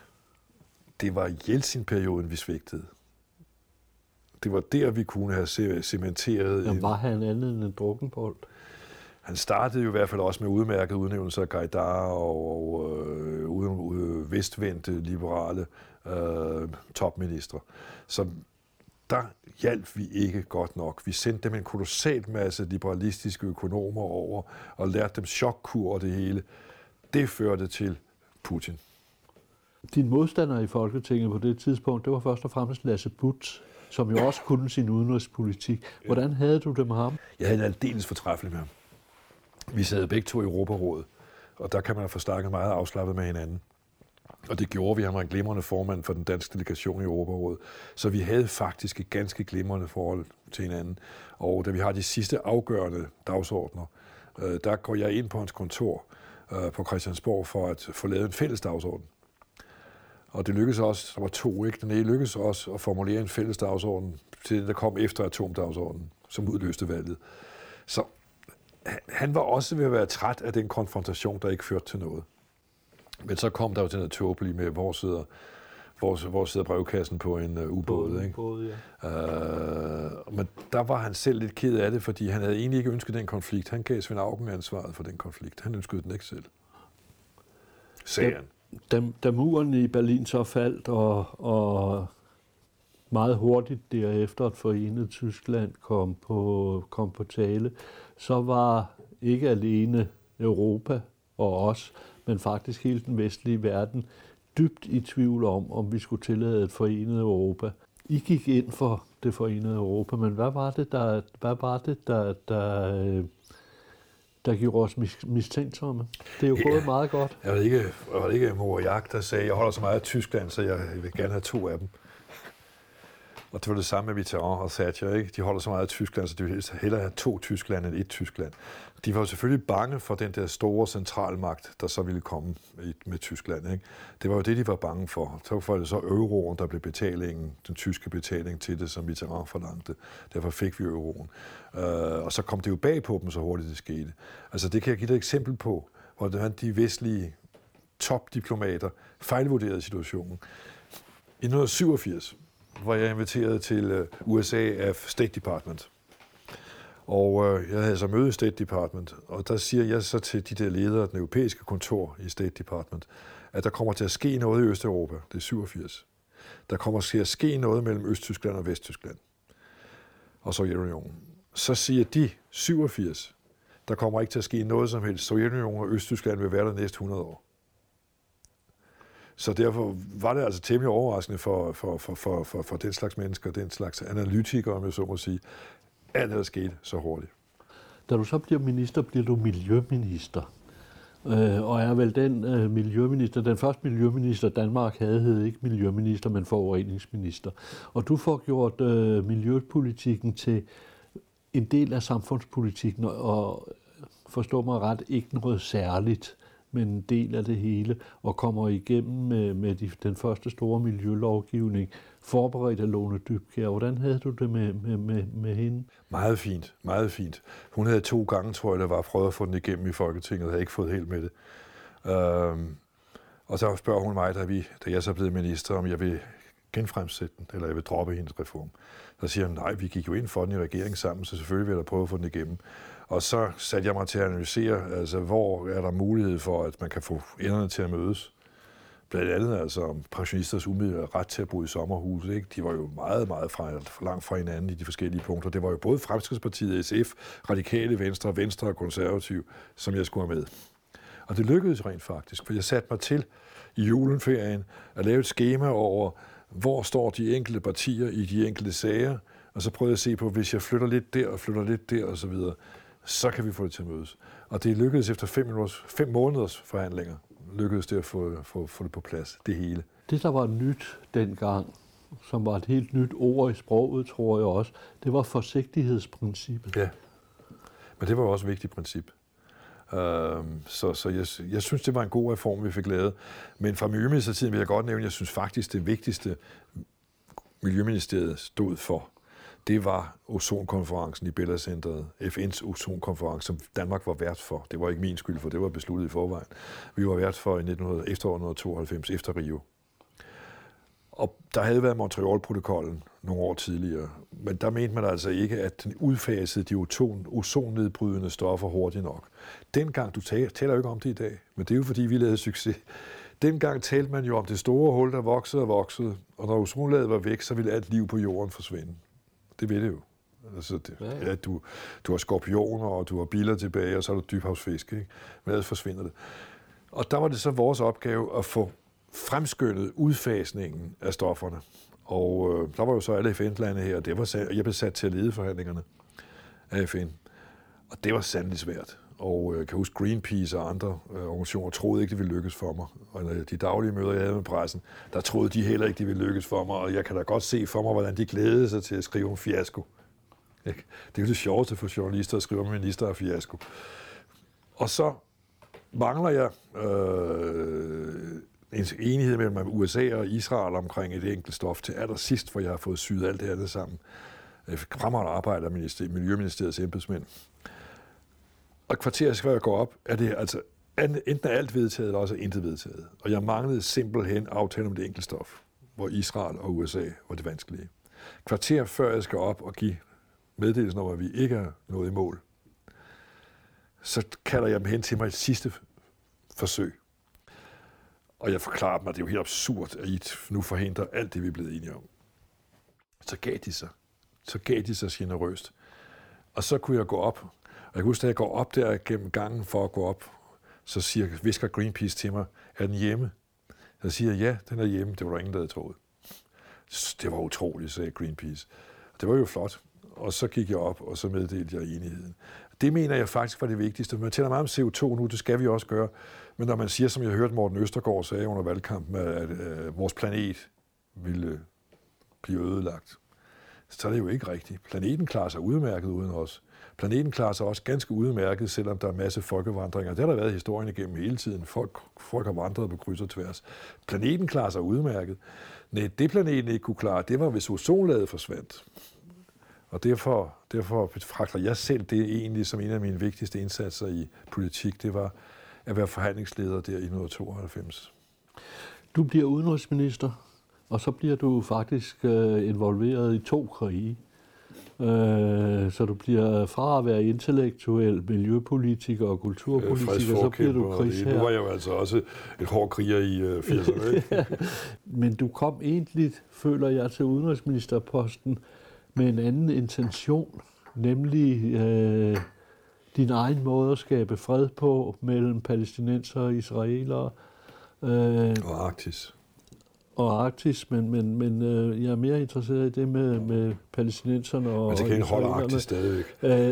Det var Jeltsin-perioden, vi svigtede. Det var der, vi kunne have cementeret. Jamen, var han andet end en drukkenbold? Han startede jo i hvert fald også med udmærket udnævnelser af Gajdar og vestvendte liberale topministre. Så der hjalp vi ikke godt nok. Vi sendte dem en kolossal masse liberalistiske økonomer over og lærte dem chokkur og det hele. Det førte til Putin. Din modstander i Folketinget på det tidspunkt, det var først og fremmest Lasse Butz. som jo også kunne sin udenrigspolitik. Hvordan havde du det med ham? Jeg havde det aldeles fortræffeligt med ham. Vi sad begge to i Europarådet, og der kan man få snakket meget afslappet med hinanden. Og det gjorde vi. Han var en glimrende formand for den danske delegation i Europarådet. Så vi havde faktisk et ganske glimrende forhold til hinanden. Og da vi har de sidste afgørende dagsordner, der går jeg ind på hans kontor på Christiansborg for at få lavet en fælles dagsorden. Og det lykkedes også, der var 2, ikke? Den ene lykkedes også at formulere en fælles dagsorden til det, der kom efter atomdagsordenen, som udløste valget. Så han var også ved at være træt af den konfrontation, der ikke førte til noget. Men så kom der jo den her tåbelige med, hvor sidder brevkassen på en ubåd. Ikke? Men der var han selv lidt ked af det, fordi han havde egentlig ikke ønsket den konflikt. Han gav Svend Auken ansvaret for den konflikt. Han ønskede den ikke selv. Sagde han. Da muren i Berlin så faldt, og meget hurtigt derefter at forenet Tyskland kom på tale, så var ikke alene Europa og os, men faktisk hele den vestlige verden dybt i tvivl om vi skulle tillade et forenet Europa. I gik ind for det forenede Europa, men hvad var det, der gjorde os mistænksomme? Det er jo gået meget godt. Jeg var ikke Moriak, der sagde, jeg holder så meget af Tyskland, så jeg vil gerne have 2 af dem. Og det var det samme med Mitterrand og Thatcher, ikke? De holder så meget af Tyskland, så de vil hellere have 2 Tyskland end 1 Tyskland. De var jo selvfølgelig bange for den der store centralmagt, der så ville komme med Tyskland, ikke? Det var jo det, de var bange for. Så var det så euroen, der blev betalingen, den tyske betaling til det, som Mitterrand forlangte. Derfor fik vi euroen. Og så kom det jo bag på dem, så hurtigt det skete. Altså det kan jeg give dig et eksempel på, hvordan de vestlige topdiplomater fejlvurderede situationen. I 1987 var jeg inviteret til USA af State Department. Og jeg havde så møde i State Department, og der siger jeg så til de der ledere af den europæiske kontor i State Department, at der kommer til at ske noget i Østeuropa. Det er 87. Der kommer til at ske noget mellem Østtyskland og Vesttyskland og Sovjetunionen. Så siger de 87, der kommer ikke til at ske noget som helst. Sovjetunionen og Østtyskland vil være der næste 100 år. Så derfor var det altså temmelig overraskende for den slags mennesker, den slags analytikere, om jeg så må sige, alt der skete så hurtigt. Da du så bliver minister, bliver du miljøminister. Og er vel den miljøminister, den første miljøminister Danmark havde, hed ikke miljøminister, men forureningsminister. Og du får gjort miljøpolitikken til en del af samfundspolitikken, og forstå mig ret, ikke noget særligt, men en del af det hele, og kommer igennem med den første store miljølovgivning, forberedt af Lone Dybkjær. Hvordan havde du det med hende? Meget fint, meget fint. Hun havde 2 gange, tror jeg, der var prøvet at få den igennem i Folketinget, og havde ikke fået helt med det. Og så spørger hun mig, da jeg så blev minister, om jeg vil genfremsætte den, eller jeg vil droppe hendes reform. Så siger hun, nej, vi gik jo ind for den i regeringen sammen, så selvfølgelig vil jeg da prøve at få den igennem. Og så satte jeg mig til at analysere, altså hvor er der mulighed for, at man kan få enderne til at mødes. Blandt andet altså om pensionisters umiddelbare ret til at bo i sommerhus. Ikke? De var jo meget, meget langt fra hinanden i de forskellige punkter. Det var jo både Fremskridtspartiet, SF, Radikale Venstre og Konservative, som jeg skulle have med. Og det lykkedes rent faktisk, for jeg satte mig til i juleferien at lave et skema over, hvor står de enkelte partier i de enkelte sager, og så prøvede jeg at se på, hvis jeg flytter lidt der og flytter lidt der og så videre, så kan vi få det til at mødes. Og det lykkedes efter 5 måneders forhandlinger, lykkedes det at få det på plads, det hele. Det, der var nyt dengang, som var et helt nyt ord i sproget, tror jeg også, det var forsigtighedsprincippet. Ja, men det var også et vigtigt princip. Så jeg synes, det var en god reform, vi fik lavet. Men fra Miljøministeriet vil jeg godt nævne, at jeg synes faktisk, det vigtigste Miljøministeriet stod for, det var ozonkonferencen i Bellacenteret, FN's ozonkonference, som Danmark var vært for. Det var ikke min skyld, for det var besluttet i forvejen. Vi var vært for i efteråret 1992, efter Rio. Og der havde været Montreal-protokollen nogle år tidligere, men der mente man altså ikke, at den udfasede de ozonnedbrydende stoffer hurtigt nok. Dengang, du taler jo ikke om det i dag, men det er jo fordi, vi lavede succes. Dengang talte man jo om det store hul, der voksede og voksede, og når ozonlaget var væk, så ville alt liv på jorden forsvinde. Det ved det jo. Altså, du har skorpioner, og du har biler tilbage, og så er du dybhavsfisk, ikke? Men ellers forsvinder det. Og der var det så vores opgave at få fremskyndet udfasningen af stofferne. Og der var jo så alle FN-lande her, og jeg blev sat til at lede forhandlingerne af FN. Og det var sandelig svært. Og jeg kan huske Greenpeace og andre organisationer troede ikke, det ville lykkes for mig. Og de daglige møder, jeg havde med pressen, der troede de heller ikke, det ville lykkes for mig. Og jeg kan da godt se for mig, hvordan de glædede sig til at skrive om fiasko. Det er jo det sjoveste for journalister at skrive om minister af fiasko. Og så mangler jeg en enighed mellem USA og Israel omkring et enkelt stof til allersidst, hvor jeg har fået syet alt det andet sammen. Fremragende arbejde af Miljøministeriets embedsmænd. Og kvarteret skal jeg gå op, er det altså enten er alt vedtaget, eller også er intet vedtaget. Og jeg manglede simpelthen aftale om det enkelte stof, hvor Israel og USA var det vanskelige. Kvarter før jeg skal op og give meddelelsen om, at vi ikke er nået i mål, så kalder jeg dem hen til mig et sidste forsøg. Og jeg forklarer dem, at det er jo helt absurd, at I nu forhindrer alt det, vi er blevet enige om. Så gav de sig generøst. Og så kunne jeg gå op. Og jeg husker, at jeg går op der gennem gangen for at gå op, så visker Greenpeace til mig, er den hjemme? Så siger jeg, ja, den er hjemme. Det var der ingen, der havde troet. Det var utroligt, sagde Greenpeace. Det var jo flot. Og så gik jeg op, og så meddelte jeg enigheden. Det mener jeg faktisk var det vigtigste. Man taler meget om CO2 nu, det skal vi også gøre. Men når man siger, som jeg hørte Morten Østergaard sagde under valgkampen, at vores planet ville blive ødelagt, så er det jo ikke rigtigt. Planeten klarer sig udmærket uden os. Planeten klarer sig også ganske udmærket, selvom der er en masse folkevandringer. Det har der været i historien igennem hele tiden. Folk har vandret på kryds og tværs. Planeten klarer sig udmærket. Nej, det planeten ikke kunne klare, det var, hvis ozonlaget forsvandt. Og derfor betragter jeg selv det egentlig som en af mine vigtigste indsatser i politik. Det var at være forhandlingsleder der i 1992. Du bliver udenrigsminister, og så bliver du faktisk involveret i 2 krige. Så du bliver fra at være intellektuel, miljøpolitiker og kulturpolitiker, så bliver du krigsherre. Nu var jeg jo altså også et hård kriger i 80'erne. Ja, men du kom egentlig, føler jeg, til udenrigsministerposten med en anden intention, nemlig din egen måde at skabe fred på mellem palæstinenser og israelere. Og Arktis. Men jeg er mere interesseret i det med palæstinenserne og men det kan ikke holde Arktis stadigvæk.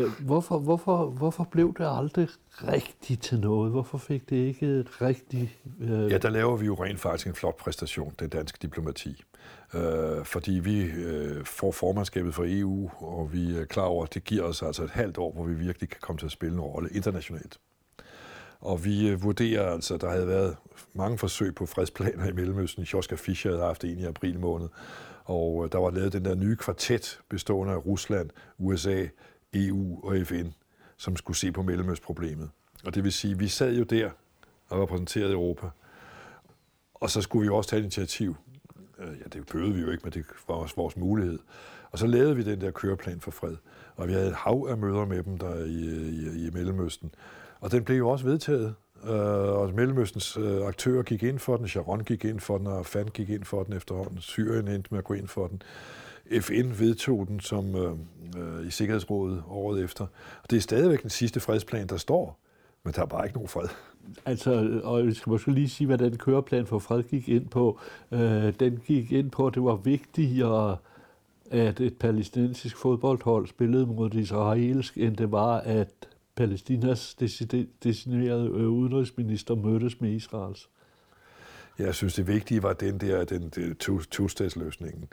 Hvorfor blev det aldrig rigtigt til noget? Hvorfor fik det ikke rigtigt... Ja, der laver vi jo rent faktisk en flot præstation, det danske diplomati. Fordi vi får formandskabet for EU, og vi er klar over, at det giver os altså et halvt år, hvor vi virkelig kan komme til at spille en rolle internationalt. Og vi vurderer altså, at der havde været mange forsøg på fredsplaner i Mellemøsten. Joschka Fischer havde haft en i april måned, og der var lavet den der nye kvartet bestående af Rusland, USA, EU og FN, som skulle se på Mellemøstproblemet. Og det vil sige, at vi sad jo der og repræsenterede Europa, og så skulle vi også tage initiativ. Ja, det bøvede vi jo ikke, men det var også vores mulighed. Og så lavede vi den der køreplan for fred, og vi havde et hav af møder med dem der i Mellemøsten. Og den blev jo også vedtaget, og Mellemøstens aktører gik ind for den, Sharon gik ind for den, og Fan gik ind for den efterhånden. Syrien endte med at gå ind for den. FN vedtog den som i Sikkerhedsrådet året efter. Og det er stadigvæk den sidste fredsplan, der står, men der er bare ikke nogen fred. Altså, og jeg skal måske lige sige, hvad den køreplan for fred gik ind på. Den gik ind på, at det var vigtigere, at et palæstinensisk fodboldhold spillede mod det israelske, end det var, at Palæstinas designerede udenrigsminister mødtes med Israels. Jeg synes, det vigtige var den to-statsløsningen,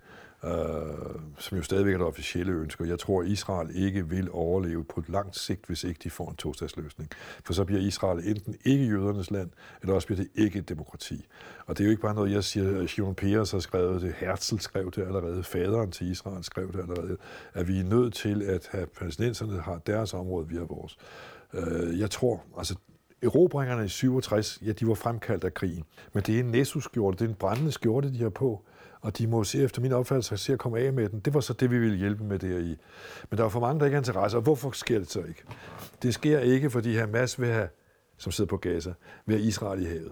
som jo stadigvæk er det officielle ønske. Jeg tror, at Israel ikke vil overleve på langt sigt, hvis ikke de får en to-statsløsning. For så bliver Israel enten ikke jødernes land, eller også bliver det ikke et demokrati. Og det er jo ikke bare noget, jeg siger. Shimon Peres har skrevet det, Herzl skrev det allerede, faderen til Israel skrev det allerede, at vi er nødt til at have palæstinenserne har deres område, vi har vores. Jeg tror, altså erobringerne i 67, ja, de var fremkaldt af krigen. Men det er en næsskjorte, det er en brændende skjorte, de har på. Og de må se efter min opfattelse se at komme af med den. Det var så det, vi ville hjælpe med deri. Men der er for mange, der ikke har interesse. Og hvorfor sker det så ikke? Det sker ikke, fordi Hamas vil have, som sidder på Gaza, vil have Israel i havet.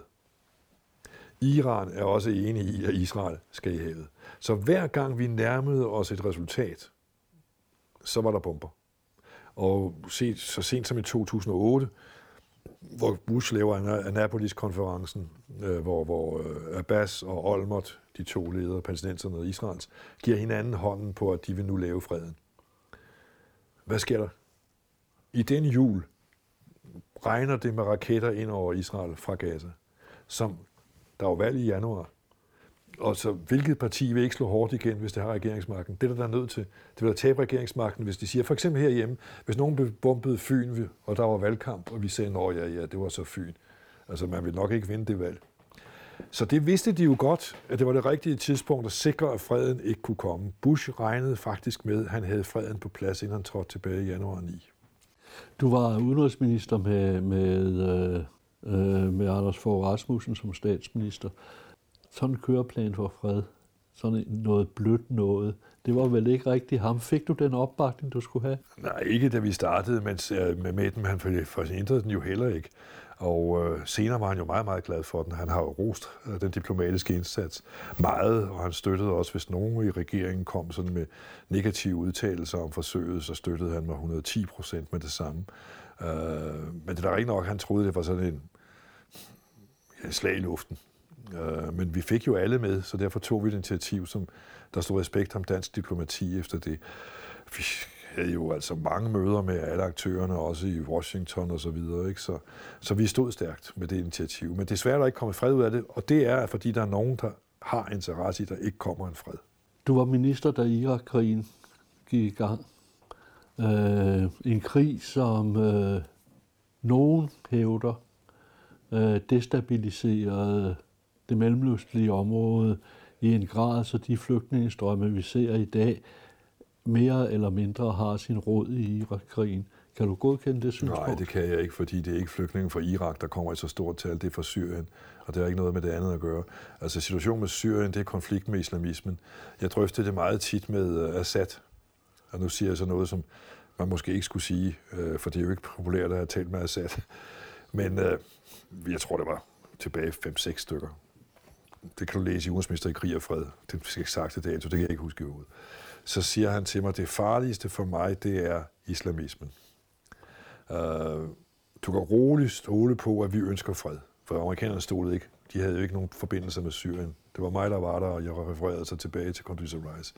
Iran er også enig i, at Israel skal i havet. Så hver gang vi nærmede os et resultat, så var der bomber. Og så sent som i 2008, hvor Bush laver Annapolis-konferencen, hvor Abbas og Olmert, de to ledere, palæstinenserne og Israels, giver hinanden hånden på, at de vil nu lave freden. Hvad sker der? I den jul regner det med raketter ind over Israel fra Gaza, som der er jo valg i januar. Og så hvilket parti vil ikke slå hårdt igen, hvis det har regeringsmagten? Det er der nødt til. Det vil tabe regeringsmagten, hvis de siger, for eksempel herhjemme, hvis nogen bombede Fyn, og der var valgkamp, og vi sagde, ja, det var så Fyn. Altså, man vil nok ikke vinde det valg. Så det vidste de jo godt, at det var det rigtige tidspunkt at sikre, at freden ikke kunne komme. Bush regnede faktisk med, at han havde freden på plads, inden han trådte tilbage i januar 9. Du var udenrigsminister med Anders Fogh Rasmussen som statsminister. Sådan en køreplan for fred, sådan noget blødt noget, det var vel ikke rigtigt ham. Fik du den opbakning, du skulle have? Nej, ikke da vi startede, men med den, han forhindrede den jo heller ikke. Og senere var han jo meget, meget glad for den. Han har jo rost den diplomatiske indsats meget, og han støttede også, hvis nogen i regeringen kom sådan med negative udtalelser om forsøget, så støttede han med 110% med det samme. Men det er da rigtig nok, han troede, det var sådan en slag i luften. Men vi fik jo alle med, så derfor tog vi et initiativ, som der stod respekt om dansk diplomati efter det. Vi havde jo altså mange møder med alle aktørerne, også i Washington og så videre, ikke? Så vi stod stærkt med det initiativ. Men desværre er der ikke kommet fred ud af det, og det er, fordi der er nogen, der har interesse i, at der ikke kommer en fred. Du var minister, da Irak-krigen gik i gang. En krig, som nogen hævder destabiliserede det mellemøstlige område i en grad, så de flygtningestrømme, vi ser i dag, mere eller mindre har sin rod i Irak-krigen. Kan du godkende det synspunkt? Nej, det kan jeg ikke, fordi det er ikke flygtninge fra Irak, der kommer i så stort tal. Det er fra Syrien, og det har ikke noget med det andet at gøre. Altså situationen med Syrien, det er konflikt med islamismen. Jeg drøftede det meget tit med Assad, og nu siger jeg så noget, som man måske ikke skulle sige, for det er jo ikke populært at have talt med Assad. Men jeg tror, det var tilbage 5-6 stykker. Det kan du læse i Udenrigsminister i krig og fred. Det skal ikke sagt det dato, det kan jeg ikke huske i hovedet. Så siger han til mig, det farligste for mig, det er islamismen. Du kan roligt stole på, at vi ønsker fred. For amerikanerne stolede ikke. De havde jo ikke nogen forbindelser med Syrien. Det var mig, der var der, og jeg refererede så tilbage til Condoleezza Rice.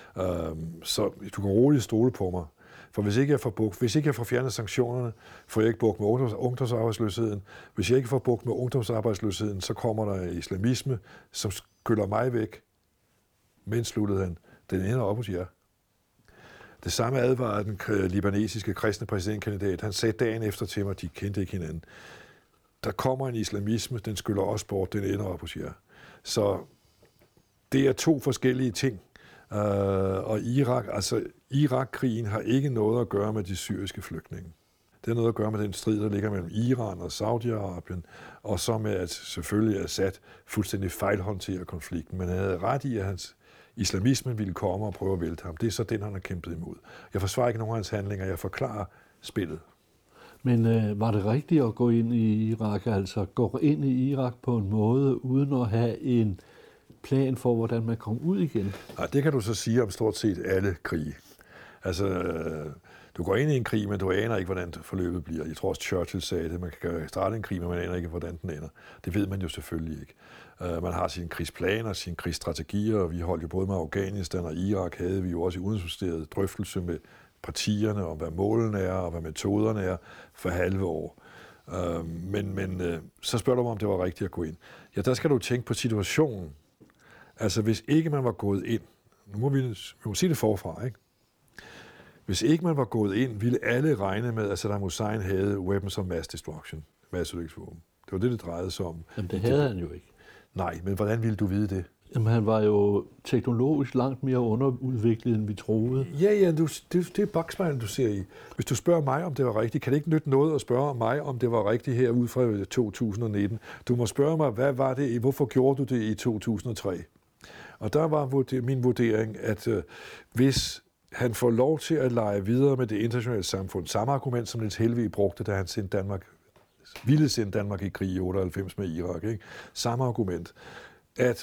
Så du kan roligt stole på mig. For hvis ikke jeg får fjernet sanktionerne, får jeg ikke bugt med ungdomsarbejdsløsheden. Hvis jeg ikke får bugt med ungdomsarbejdsløsheden, så kommer der islamisme, som skyller mig væk. Men sluttede han, den ender op hos jer. Det samme advarede den libanesiske kristne præsidentkandidat. Han sagde dagen efter til mig, de kendte ikke hinanden. Der kommer en islamisme, den skyller også bort, den ender op hos jer. Så det er to forskellige ting. Og Irak-krigen har ikke noget at gøre med de syriske flygtninge. Det har noget at gøre med den strid, der ligger mellem Iran og Saudi-Arabien, og så med, at selvfølgelig Assad fuldstændig fejlhåndterer konflikten. Men han havde ret i, at hans islamismen ville komme og prøve at vælte ham. Det er så den, han har kæmpet imod. Jeg forsvarer ikke nogen af hans handlinger, jeg forklarer spillet. Men var det rigtigt at gå ind i Irak, altså gå ind i Irak på en måde, uden at have en plan for, hvordan man kom ud igen? Nej, det kan du så sige om stort set alle krige. Altså, du går ind i en krig, men du aner ikke, hvordan forløbet bliver. Jeg tror også, Churchill sagde det. Man kan starte en krig, men man aner ikke, hvordan den ender. Det ved man jo selvfølgelig ikke. Man har sine krigsplaner, sine krigsstrategier, og vi holdt jo både med Afghanistan og Irak, havde vi jo også i Udenrigsministeriet drøftelse med partierne om, hvad målene er og hvad metoderne er for halve år. Men så spørger du mig, om det var rigtigt at gå ind. Ja, der skal du tænke på situationen. Altså, hvis ikke man var gået ind, nu må vi må sige det forfra, ikke? Hvis ikke man var gået ind, ville alle regne med, at Saddam Hussein havde weapons of mass destruction, masseødelæggelsesvåben. Det var det drejede sig om. Jamen, det havde han jo ikke. Nej, men hvordan ville du vide det? Jamen, han var jo teknologisk langt mere underudviklet, end vi troede. Ja, det er bakspejlen, du ser i. Hvis du spørger mig, om det var rigtigt, kan det ikke nytte noget at spørge mig, om det var rigtigt her ud fra 2019. Du må spørge mig, hvad var det, hvorfor gjorde du det i 2003? Og der var min vurdering, at hvis han får lov til at lege videre med det internationale samfund, samme argument, som Niels Helveg brugte, da han ville sende Danmark i krig i 98 med Irak, ikke? Samme argument, at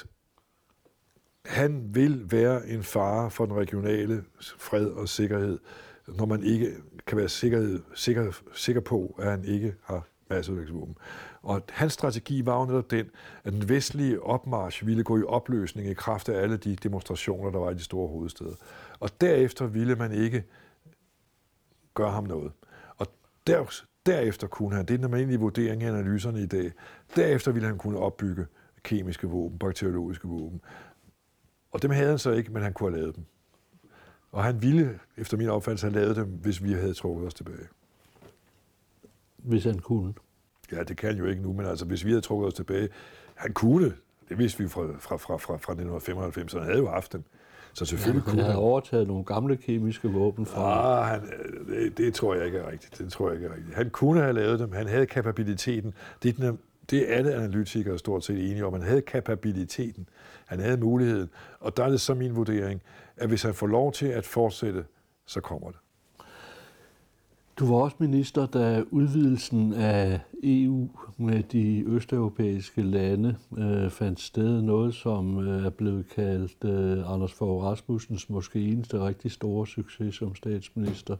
han vil være en fare for den regionale fred og sikkerhed, når man ikke kan være sikker på, at han ikke har masseødelæggelsesvåben. Og hans strategi var jo netop den, at den vestlige opmarch ville gå i opløsning i kraft af alle de demonstrationer, der var i de store hovedstæder. Og derefter ville man ikke gøre ham noget. Og derefter kunne han, det er den almindelige vurdering af analyserne i dag, derefter ville han kunne opbygge kemiske våben, bakteriologiske våben. Og dem havde han så ikke, men han kunne have lavet dem. Og han ville, efter min opfattelse, have lavet dem, hvis vi havde trukket os tilbage. Hvis han kunne? Ja, det kan han jo ikke nu, men altså, hvis vi havde trukket os tilbage, han kunne. Det vidste vi fra 1995, så han havde jo haft dem. Så selvfølgelig kunne han. Han havde overtaget nogle gamle kemiske våben fra... Det tror jeg ikke er rigtigt. Han kunne have lavet dem. Han havde kapabiliteten. Det er alle analytikere stort set enige om. Han havde kapabiliteten. Han havde muligheden. Og der er det så min vurdering, at hvis han får lov til at fortsætte, så kommer det. Du var også minister, da udvidelsen af EU med de østeuropæiske lande fandt sted. Noget, som er blevet kaldt Anders Fogh Rasmussens måske eneste rigtig store succes som statsminister.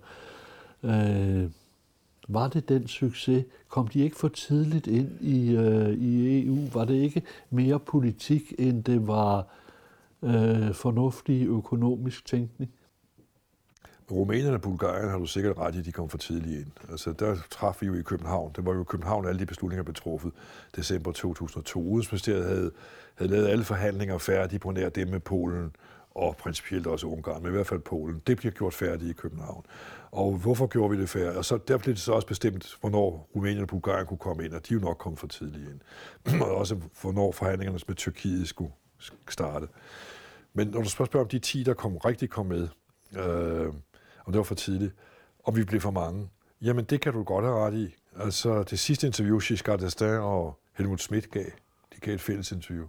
Var det den succes? Kom de ikke for tidligt ind i EU? Var det ikke mere politik, end det var fornuftig økonomisk tænkning? Rumænien og Bulgarien har du sikkert ret i, de kom for tidligt ind. Altså, der traf vi jo i København. Det var jo i København, alle de beslutninger blev truffet. December 2002. Udenrigsministeriet havde lavet alle forhandlinger færdige på nær dem med Polen og principielt også Ungarn, men i hvert fald Polen. Det bliver gjort færdigt i København. Og hvorfor gjorde vi det færdigt? Og så der blev det så også bestemt, hvornår Rumænien og Bulgarien kunne komme ind, og de er jo nok kommet for tidligt ind. Og også hvornår forhandlingerne med Tyrkiet skulle starte. Men når du spørger om de 10, der kom med, om det var for tidligt, og vi blev for mange, jamen det kan du godt have ret i. Altså det sidste interview, Giscard d'Estaing og Helmut Schmidt gav et fælles interview.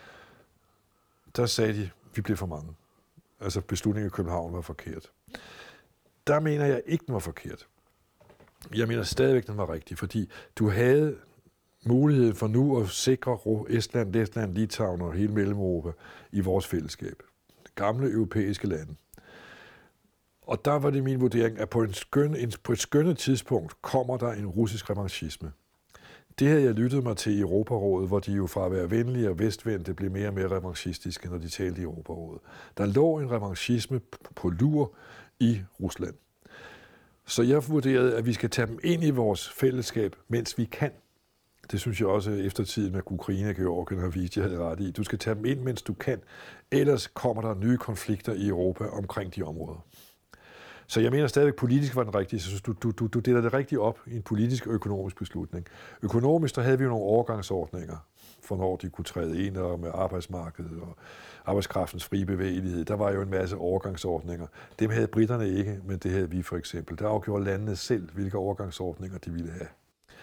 Der sagde de, vi blev for mange. Altså beslutningen i København var forkert. Der mener jeg ikke, den var forkert. Jeg mener stadigvæk, den var rigtig, fordi du havde mulighed for nu at sikre Estland, Letland, Litauen og hele Mellem-Europa i vores fællesskab. Gamle europæiske lande. Og der var det min vurdering, at på et skønnet tidspunkt kommer der en russisk revanchisme. Det havde jeg lyttet mig til i Europarådet, hvor de jo fra at være venlige og vestvendte blev mere og mere revanchistiske, når de talte i Europarådet. Der lå en revanchisme på lur i Rusland. Så jeg vurderede, at vi skal tage dem ind i vores fællesskab, mens vi kan. Det synes jeg også efter tiden med Ukraine og Georgien har vist, jeg havde ret i. Du skal tage dem ind, mens du kan. Ellers kommer der nye konflikter i Europa omkring de områder. Så jeg mener stadigvæk, politisk var den rigtige. Så du deler det rigtigt op i en politisk og økonomisk beslutning. Økonomisk, der havde vi jo nogle overgangsordninger, for når de kunne træde ind og med arbejdsmarkedet og arbejdskraftens frie bevægelighed. Der var jo en masse overgangsordninger. Dem havde britterne ikke, men det havde vi for eksempel. Der afgjorde landene selv, hvilke overgangsordninger de ville have.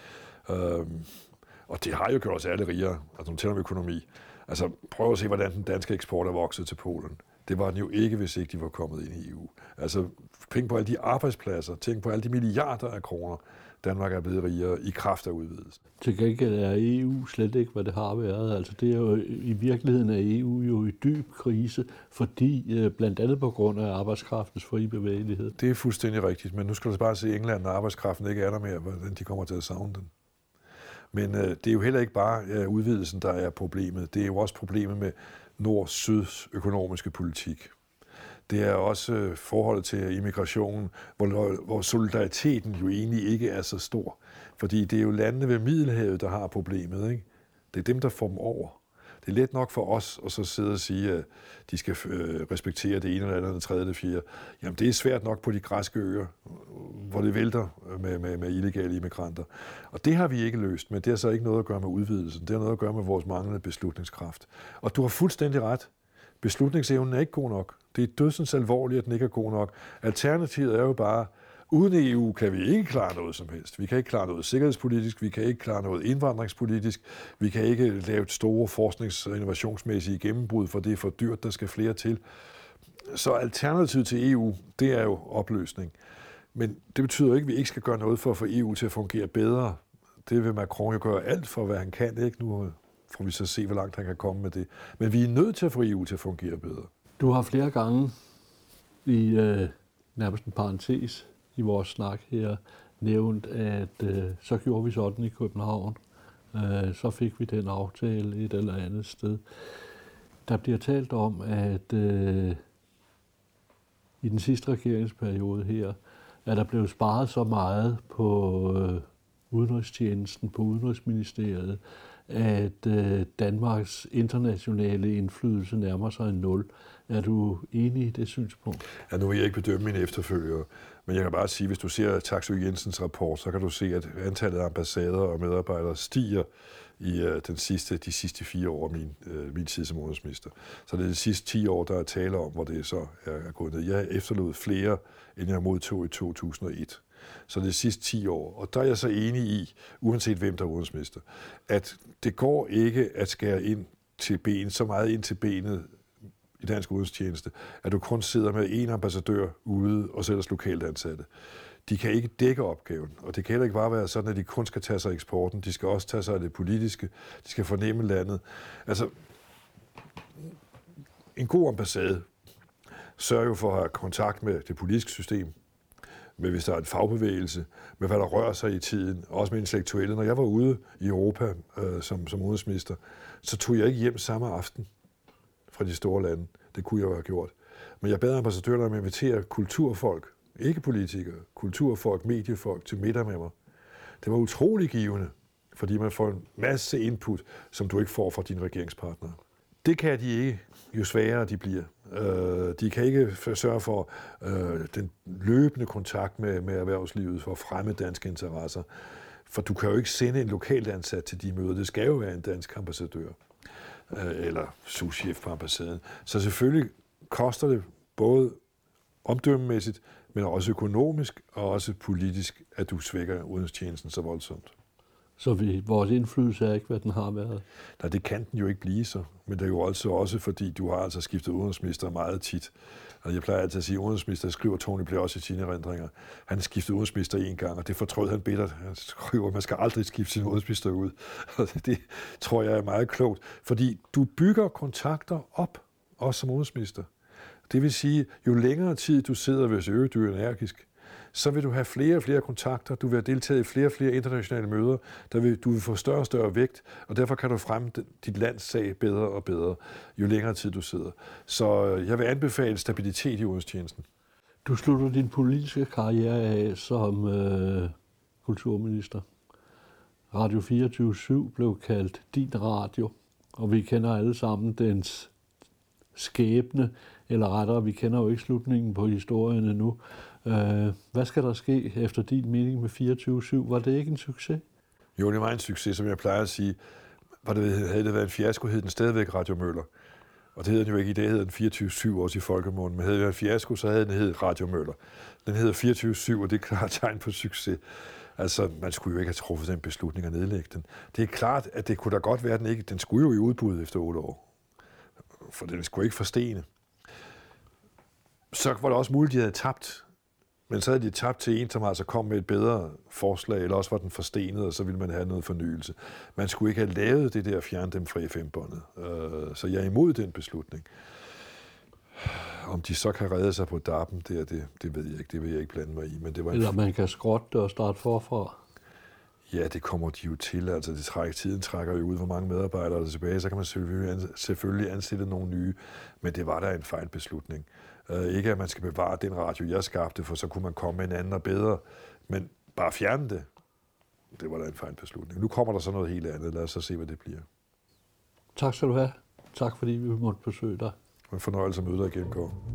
Og det har jo gjort os alle rigere, altså når taler om økonomi. Altså prøv at se, hvordan den danske eksport er vokset til Polen. Det var den jo ikke, hvis ikke de var kommet ind i EU. Altså tænk på alle de arbejdspladser, tænk på alle de milliarder af kroner, Danmark er blevet rigere i kraft af udvidelsen. Til gengæld er EU slet ikke, hvad det har været. Altså det er jo i virkeligheden er EU jo i dyb krise, fordi blandt andet på grund af arbejdskraftens frie bevægelighed. Det er fuldstændig rigtigt, men nu skal du bare se England, når arbejdskraften ikke er der mere, hvordan de kommer til at savne den. Men det er jo heller ikke bare udvidelsen, der er problemet. Det er jo også problemet med nord-syds økonomiske politik. Det er også forholdet til immigrationen, hvor solidariteten jo egentlig ikke er så stor. Fordi det er jo landene ved Middelhavet, der har problemet, ikke? Det er dem, der får dem over. Det er let nok for os at så sidde og sige, at de skal respektere det ene eller andet, det tredje eller fjerde. Jamen, det er svært nok på de græske øer, hvor det vælter med illegale immigranter. Og det har vi ikke løst, men det har så ikke noget at gøre med udvidelsen. Det har noget at gøre med vores manglende beslutningskraft. Og du har fuldstændig ret. Beslutningsevnen er ikke god nok. Det er dødsens alvorligt, at den ikke er god nok. Alternativet er jo bare, uden EU kan vi ikke klare noget som helst. Vi kan ikke klare noget sikkerhedspolitisk, vi kan ikke klare noget indvandringspolitisk, vi kan ikke lave store forsknings- og innovationsmæssige gennembrud, for det er for dyrt, der skal flere til. Så alternativet til EU, det er jo opløsning. Men det betyder ikke, at vi ikke skal gøre noget for at få EU til at fungere bedre. Det vil Macron jo gøre alt for, hvad han kan. Ikke? Nu får vi så se, hvor langt han kan komme med det. Men vi er nødt til at få EU til at fungere bedre. Du har flere gange i nærmest en parentes i vores snak her nævnt, at så gjorde vi sådan i København. Så fik vi den aftale et eller andet sted. Der bliver talt om, at i den sidste regeringsperiode her, at der blev sparet så meget på udenrigstjenesten, på Udenrigsministeriet, at Danmarks internationale indflydelse nærmer sig en 0. Er du enig i det synspunkt? Ja, nu vil jeg ikke bedømme mine efterfølgere, men jeg kan bare sige, hvis du ser Taksøe Jensens rapport, så kan du se, at antallet af ambassader og medarbejdere stiger i de sidste 4 år af min tid som udenrigsminister. Så det er de sidste 10 år, der er tale om, hvor det så er gået ned. Jeg har efterlod flere, end jeg modtog i 2001. Så det er de sidste 10 år. Og der er jeg så enig i, uanset hvem der er udenrigsminister, at det går ikke at skære ind til benet, så meget ind til benet i dansk udenrigstjeneste, at du kun sidder med en ambassadør ude og sætter lokalt ansatte. De kan ikke dække opgaven, og det kan heller ikke bare være sådan, at de kun skal tage sig af eksporten. De skal også tage sig af det politiske. De skal fornemme landet. Altså, en god ambassade sørger jo for at have kontakt med det politiske system, med hvis der er en fagbevægelse, med hvad der rører sig i tiden, også med intellektuelle. Når jeg var ude i Europa som udenrigsminister, så tog jeg ikke hjem samme aften fra de store lande. Det kunne jeg jo have gjort. Men jeg bad ambassadørerne om at invitere kulturfolk, ikke politikere, kulturfolk, mediefolk til middag med mig. Det var utrolig givende, fordi man får en masse input, som du ikke får fra dine regeringspartnere. Det kan de ikke, jo sværere de bliver. De kan ikke sørge for den løbende kontakt med erhvervslivet for at fremme danske interesser. For du kan jo ikke sende en lokalt ansat til de møder. Det skal jo være en dansk ambassadør eller souschef på ambassaden. Så selvfølgelig koster det både omdømmemæssigt, men også økonomisk og også politisk, at du svækker udenrigstjenesten så voldsomt. Så vores indflydelse er ikke, hvad den har været? Nej, det kan den jo ikke blive så. Men det er jo også fordi, du har altså skiftet udenrigsminister meget tit. Og jeg plejer altid at sige, at udenrigsminister skriver Tony Blair også i sine erindringer. Han skiftede udenrigsminister 1 gang, og det fortrød han bittert. Han skriver, at man skal aldrig skifte sin udenrigsminister ud. Og det tror jeg er meget klogt. Fordi du bygger kontakter op, også som udenrigsminister. Det vil sige, jo længere tid du sidder, hvis du er energisk, så vil du have flere og flere kontakter, du vil have deltaget i flere og flere internationale møder, du vil få større og større vægt, og derfor kan du fremme dit lands sag bedre og bedre, jo længere tid du sidder. Så jeg vil anbefale stabilitet i udenrigstjenesten. Du slutter din politiske karriere af som kulturminister. Radio 24/7 blev kaldt din radio, og vi kender alle sammen dens skæbne, eller rettere, vi kender jo ikke slutningen på historien endnu. Hvad skal der ske efter din mening med 24/7? Var det ikke en succes? Jo, det var en succes, som jeg plejer at sige. Havde det været en fiasko, hed den stadigvæk Radio Møller. Og det hedder den jo ikke i dag, hedder den 24/7 også i folkemunden. Men havde det været en fiasko, så havde den heddet Radio Møller. Den hedder 24/7, og det er klart tegn på succes. Altså, man skulle jo ikke have truffet den beslutning at nedlægge den. Det er klart, at det kunne da godt være, at den ikke. Den skulle jo i udbud efter 8 år. For den skulle ikke forstene. Så var det også muligt, at de havde tabt. Men så havde de tabt til en, som altså kom med et bedre forslag, eller også var den forstenet, og så ville man have noget fornyelse. Man skulle ikke have lavet det der at fjerne dem fra FM-båndet. Så jeg er imod den beslutning. Om de så kan redde sig på dappen, det ved jeg ikke. Det vil jeg ikke blande mig i. Men det var eller man kan skrotte det og starte forfra. Ja, det kommer de jo til. Altså, tiden trækker jo ud, hvor mange medarbejdere der er tilbage. Så kan man selvfølgelig ansætte nogle nye. Men det var da en fejlbeslutning. Ikke at man skal bevare den radio, jeg skabte, for så kunne man komme med en anden og bedre. Men bare fjerne det, det var da en fejlbeslutning. Nu kommer der så noget helt andet. Lad os så se, hvad det bliver. Tak skal du have. Tak fordi vi måtte besøge dig. En fornøjelse at møde dig igen, Kåre.